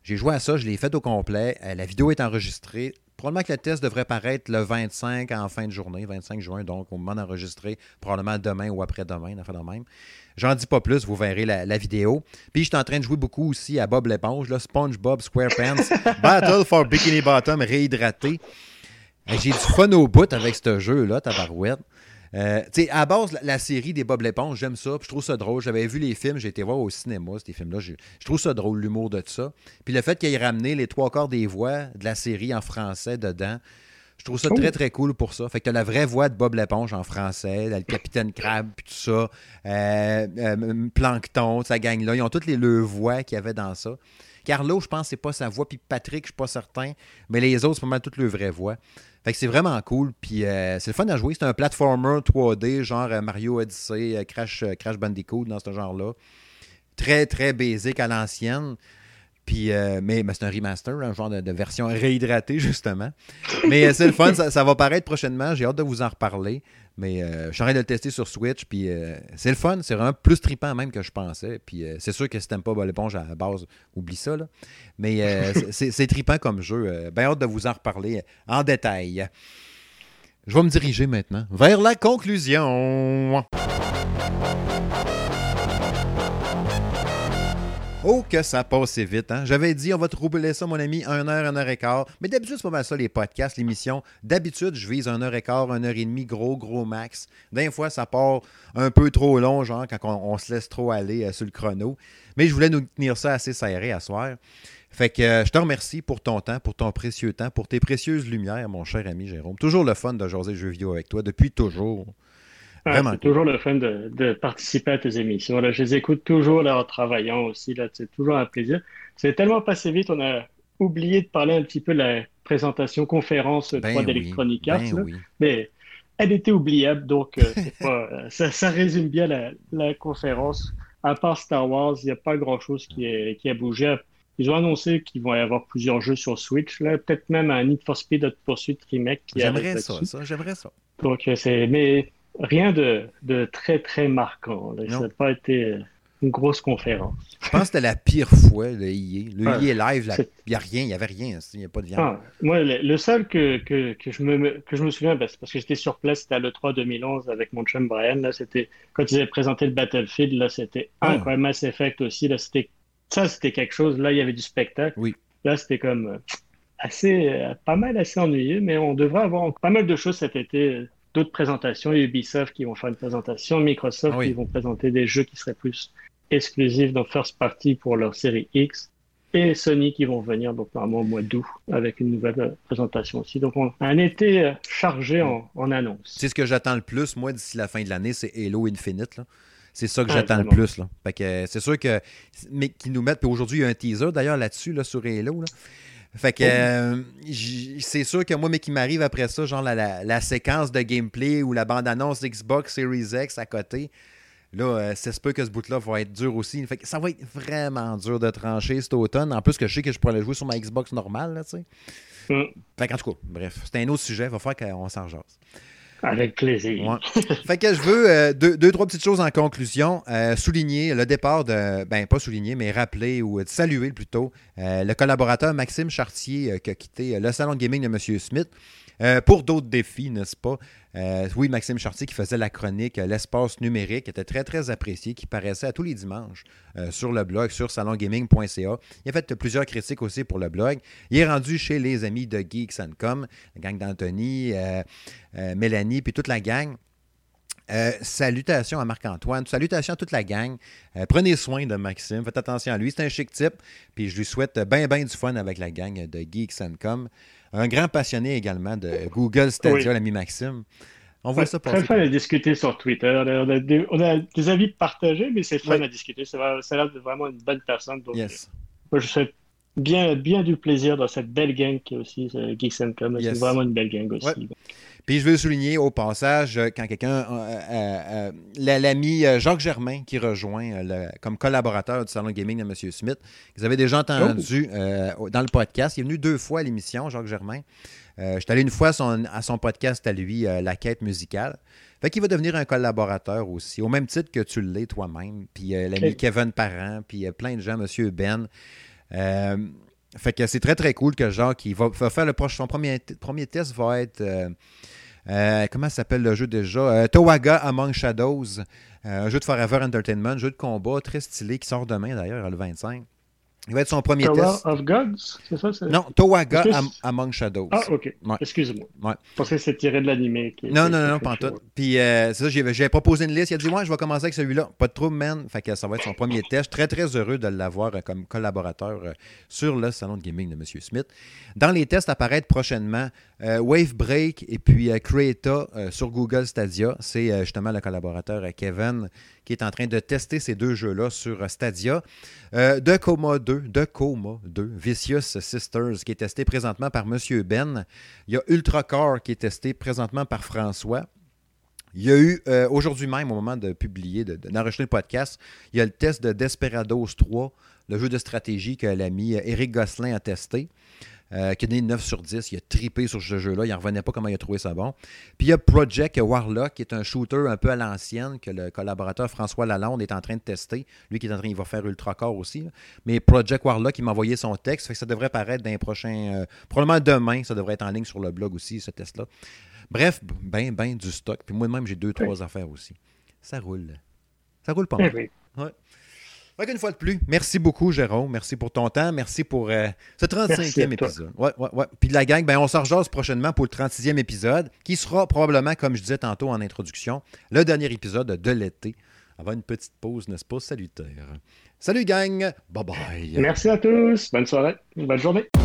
J'ai joué à ça, je l'ai fait au complet. Euh, la vidéo est enregistrée. Probablement que le test devrait paraître le vingt-cinq en fin de journée, vingt-cinq juin, donc au moment d'enregistrer, probablement demain ou après-demain, une affaire de même. J'en dis pas plus, vous verrez la, la vidéo. Puis je suis en train de jouer beaucoup aussi à Bob l'éponge, là, SpongeBob SquarePants, Battle for Bikini Bottom réhydraté. J'ai du fun au bout avec ce jeu-là, tabarouette. Euh, tu sais, à la base, la, la série des Bob l'éponge, j'aime ça, puis je trouve ça drôle. J'avais vu les films, j'ai été voir au cinéma, ces films-là. Je, je trouve ça drôle, l'humour de tout ça. Puis le fait qu'il ait ramené les trois quarts des voix de la série en français dedans, je trouve ça cool. très, très cool pour ça. Fait que tu as la vraie voix de Bob l'éponge en français, le Capitaine Crab, puis tout ça, euh, euh, Plankton, sa gang-là. Ils ont toutes les deux voix qu'il y avait dans ça. Carlo, je pense que c'est pas sa voix, puis Patrick, je suis pas certain, mais les autres, c'est pas mal toutes leurs vraies voix. Fait que c'est vraiment cool, puis euh, c'est le fun à jouer. C'est un platformer trois D, genre euh, Mario Odyssey, euh, Crash, euh, Crash Bandicoot, dans ce genre-là. Très, très basique à l'ancienne. Puis, euh, mais, mais c'est un remaster, un genre de, de version réhydratée, justement. Mais euh, c'est le fun, ça, ça va paraître prochainement. J'ai hâte de vous en reparler. Mais euh, je suis en train de le tester sur Switch. Puis euh, c'est le fun, c'est vraiment plus trippant même que je pensais. Puis euh, c'est sûr que si t'aimes pas Bob l'éponge à la base, oublie ça, là. Mais euh, c'est, c'est trippant comme jeu. Euh, bien hâte de vous en reparler en détail. Je vais me diriger maintenant vers la conclusion. Oh, que ça passe vite, hein? J'avais dit, on va te rouler ça, mon ami, une heure, une heure et quart. Mais d'habitude, c'est pas mal ça, les podcasts, l'émission. D'habitude, je vise une heure et quart, une heure et demie, gros, gros max. D'un fois, ça part un peu trop long, genre, quand on, on se laisse trop aller euh, sur le chrono. Mais je voulais nous tenir ça assez serré à soir. Fait que euh, je te remercie pour ton temps, pour ton précieux temps, pour tes précieuses lumières, mon cher ami Jérôme. Toujours le fun de jaser jeux vidéo avec toi, depuis toujours. Ah, c'est cool. Toujours le fun de, de participer à tes émissions. Là, je les écoute toujours là, en travaillant aussi. Là, c'est toujours un plaisir. C'est tellement passé vite, on a oublié de parler un petit peu de la présentation conférence ben trois oui, d'Electronic Arts. Ben là. oui. Mais elle était oubliable, donc euh, c'est pas, euh, ça, ça résume bien la, la conférence. À part Star Wars, il n'y a pas grand-chose qui, est, qui a bougé. Ils ont annoncé qu'ils vont y avoir plusieurs jeux sur Switch. Là. Peut-être même un Need for Speed Hot Pursuit Remake. Qui J'aimerais ça, ça, j'aimerais ça. Donc, c'est... Mais rien de, de très, très marquant. Là. Ça n'a pas été une grosse conférence. Je pense que c'était la pire fois, le I A. Le ouais, I A Live, il n'y a rien, il n'y avait rien. Il n'y a pas de viande. Ah, moi, le, le seul que, que, que, je me, que je me souviens, ben, c'est parce que j'étais sur place, c'était à l'E trois deux mille onze avec mon chum Brian. Là, c'était, quand ils avaient présenté le Battlefield, là, c'était ah. incroyable. Mass Effect aussi. Là, c'était, ça, c'était quelque chose. Là, il y avait du spectacle. Oui. Là, c'était comme assez, euh, pas mal assez ennuyeux, mais on devrait avoir pas mal de choses cet été. D'autres présentations, Ubisoft qui vont faire une présentation, Microsoft ah oui. qui vont présenter des jeux qui seraient plus exclusifs dans First Party pour leur série X, et Sony qui vont venir donc normalement au mois d'août avec une nouvelle présentation aussi. Donc on a un été chargé en, en annonces. C'est ce que j'attends le plus, moi, d'ici la fin de l'année, c'est Halo Infinite. Là. C'est ça que ah, j'attends vraiment. le plus. Là. Fait que c'est sûr que mais qu'ils nous mettent, puis aujourd'hui il y a un teaser d'ailleurs là-dessus, là, sur Halo. Là. Fait que euh, c'est sûr que moi, mais qui m'arrive après ça, genre la, la, la séquence de gameplay ou la bande-annonce Xbox Series X à côté, là, euh, c'est se peut que ce bout-là va être dur aussi. Fait que ça va être vraiment dur de trancher cet automne. En plus que je sais que je pourrais le jouer sur ma Xbox normale, là, tu sais. Mm. Fait qu'en tout cas, bref, c'est un autre sujet. Il va falloir qu'on s'en jase. Avec plaisir. Ouais. Fait que je veux euh, deux, deux, trois petites choses en conclusion. Euh, souligner le départ de, ben pas souligner, mais rappeler ou saluer plutôt euh, le collaborateur Maxime Chartier euh, qui a quitté le salon de gaming de M. Smith euh, pour d'autres défis, n'est-ce pas? Euh, oui, Maxime Chartier qui faisait la chronique euh, L'espace numérique, était très, très apprécié, qui paraissait à tous les dimanches euh, sur le blog, sur salon gaming point c a. Il a fait plusieurs critiques aussi pour le blog. Il est rendu chez les amis de Geeks and Com, la gang d'Anthony, euh, euh, Mélanie, puis toute la gang. Euh, salutations à Marc-Antoine, salutations à toute la gang. Euh, prenez soin de Maxime, faites attention à lui, c'est un chic type. Puis je lui souhaite bien, bien du fun avec la gang de Geeks and Com. Un grand passionné également de Google Stadia, oui. L'ami Maxime. On voit ouais, ça passer. Très fun à discuter sur Twitter. On a des, on a des avis partagés, mais c'est fun oui. à discuter. Ça a l'air de vraiment une bonne personne. Donc, yes. Moi, je souhaite bien, bien du plaisir dans cette belle gang qui est aussi Geeks and Com. Yes. C'est vraiment une belle gang aussi. Ouais. Puis je veux souligner au passage, quand quelqu'un, euh, euh, l'ami Jacques Germain qui rejoint le, comme collaborateur du Salon Gaming de M. Smith, vous avez déjà entendu oh. euh, dans le podcast. Il est venu deux fois à l'émission, Jacques Germain. Euh, je suis allé une fois à son, à son podcast à lui, euh, La Quête musicale. Fait qu'il va devenir un collaborateur aussi, au même titre que tu l'es toi-même. Puis euh, l'ami okay. Kevin Parent, puis euh, plein de gens, M. Ben. Euh, fait que c'est très, très cool que genre, qui va, va faire le prochain, son premier, premier test va être, euh, euh, comment ça s'appelle le jeu déjà? Euh, Towaga Among Shadows, euh, un jeu de Forever Entertainment, jeu de combat très stylé qui sort demain d'ailleurs, le vingt-cinq. Il va être son premier Tower test. of Gods, c'est ça? C'est... Non, Towaga Est-ce que Am- c'est- Among Shadows. Ah, ok. Ouais. Excuse-moi. Ouais. Je pensais que c'était tiré de l'animé. Qui, Non, qui- non, qui non, non, fait pas en chaud. tout. Puis, euh, c'est ça, j'ai, j'ai proposé une liste. Il a dit, ouais, je vais commencer avec celui-là. Pas de trouble, man. Fait que ça va être son premier test. Très, très heureux de l'avoir euh, comme collaborateur euh, sur le salon de gaming de M. Smith. Dans les tests apparaître prochainement euh, Wave Break et puis euh, Creata euh, sur Google Stadia. C'est euh, justement le collaborateur euh, Kevin qui est en train de tester ces deux jeux-là sur euh, Stadia. Euh, de Coma deux, de Coma deux, Vicious Sisters qui est testé présentement par M. Ben. Il y a Ultracore qui est testé présentement par François. Il y a eu, euh, aujourd'hui même, au moment de publier, de, de, d'enregistrer le podcast, il y a le test de Desperados trois, le jeu de stratégie que l'ami Éric Gosselin a testé, euh, qui a donné neuf sur dix. Il a tripé sur ce jeu-là. Il n'en revenait pas comment il a trouvé ça bon. Puis il y a Project Warlock, qui est un shooter un peu à l'ancienne, que le collaborateur François Lalonde est en train de tester. Lui qui est en train, il va faire Ultracore aussi. Là. Mais Project Warlock, il m'a envoyé son texte. Fait que ça devrait paraître dans les prochains... Euh, probablement demain, ça devrait être en ligne sur le blog aussi, ce test-là. Bref, ben, ben du stock. Puis moi-même, j'ai deux, trois oui. affaires aussi. Ça roule. Ça roule pas mal. Oui. Ouais. Fait qu'une fois de plus, merci beaucoup, Jérôme. Merci pour ton temps. Merci pour euh, ce trente-cinquième épisode. Ouais, ouais, ouais. Puis la gang, ben, on s'en rejase prochainement pour le trente-sixième épisode, qui sera probablement, comme je disais tantôt en introduction, le dernier épisode de l'été. Avant une petite pause, n'est-ce pas, salutaire. Salut, gang. Bye-bye. Merci à tous. Bonne soirée. Bonne journée.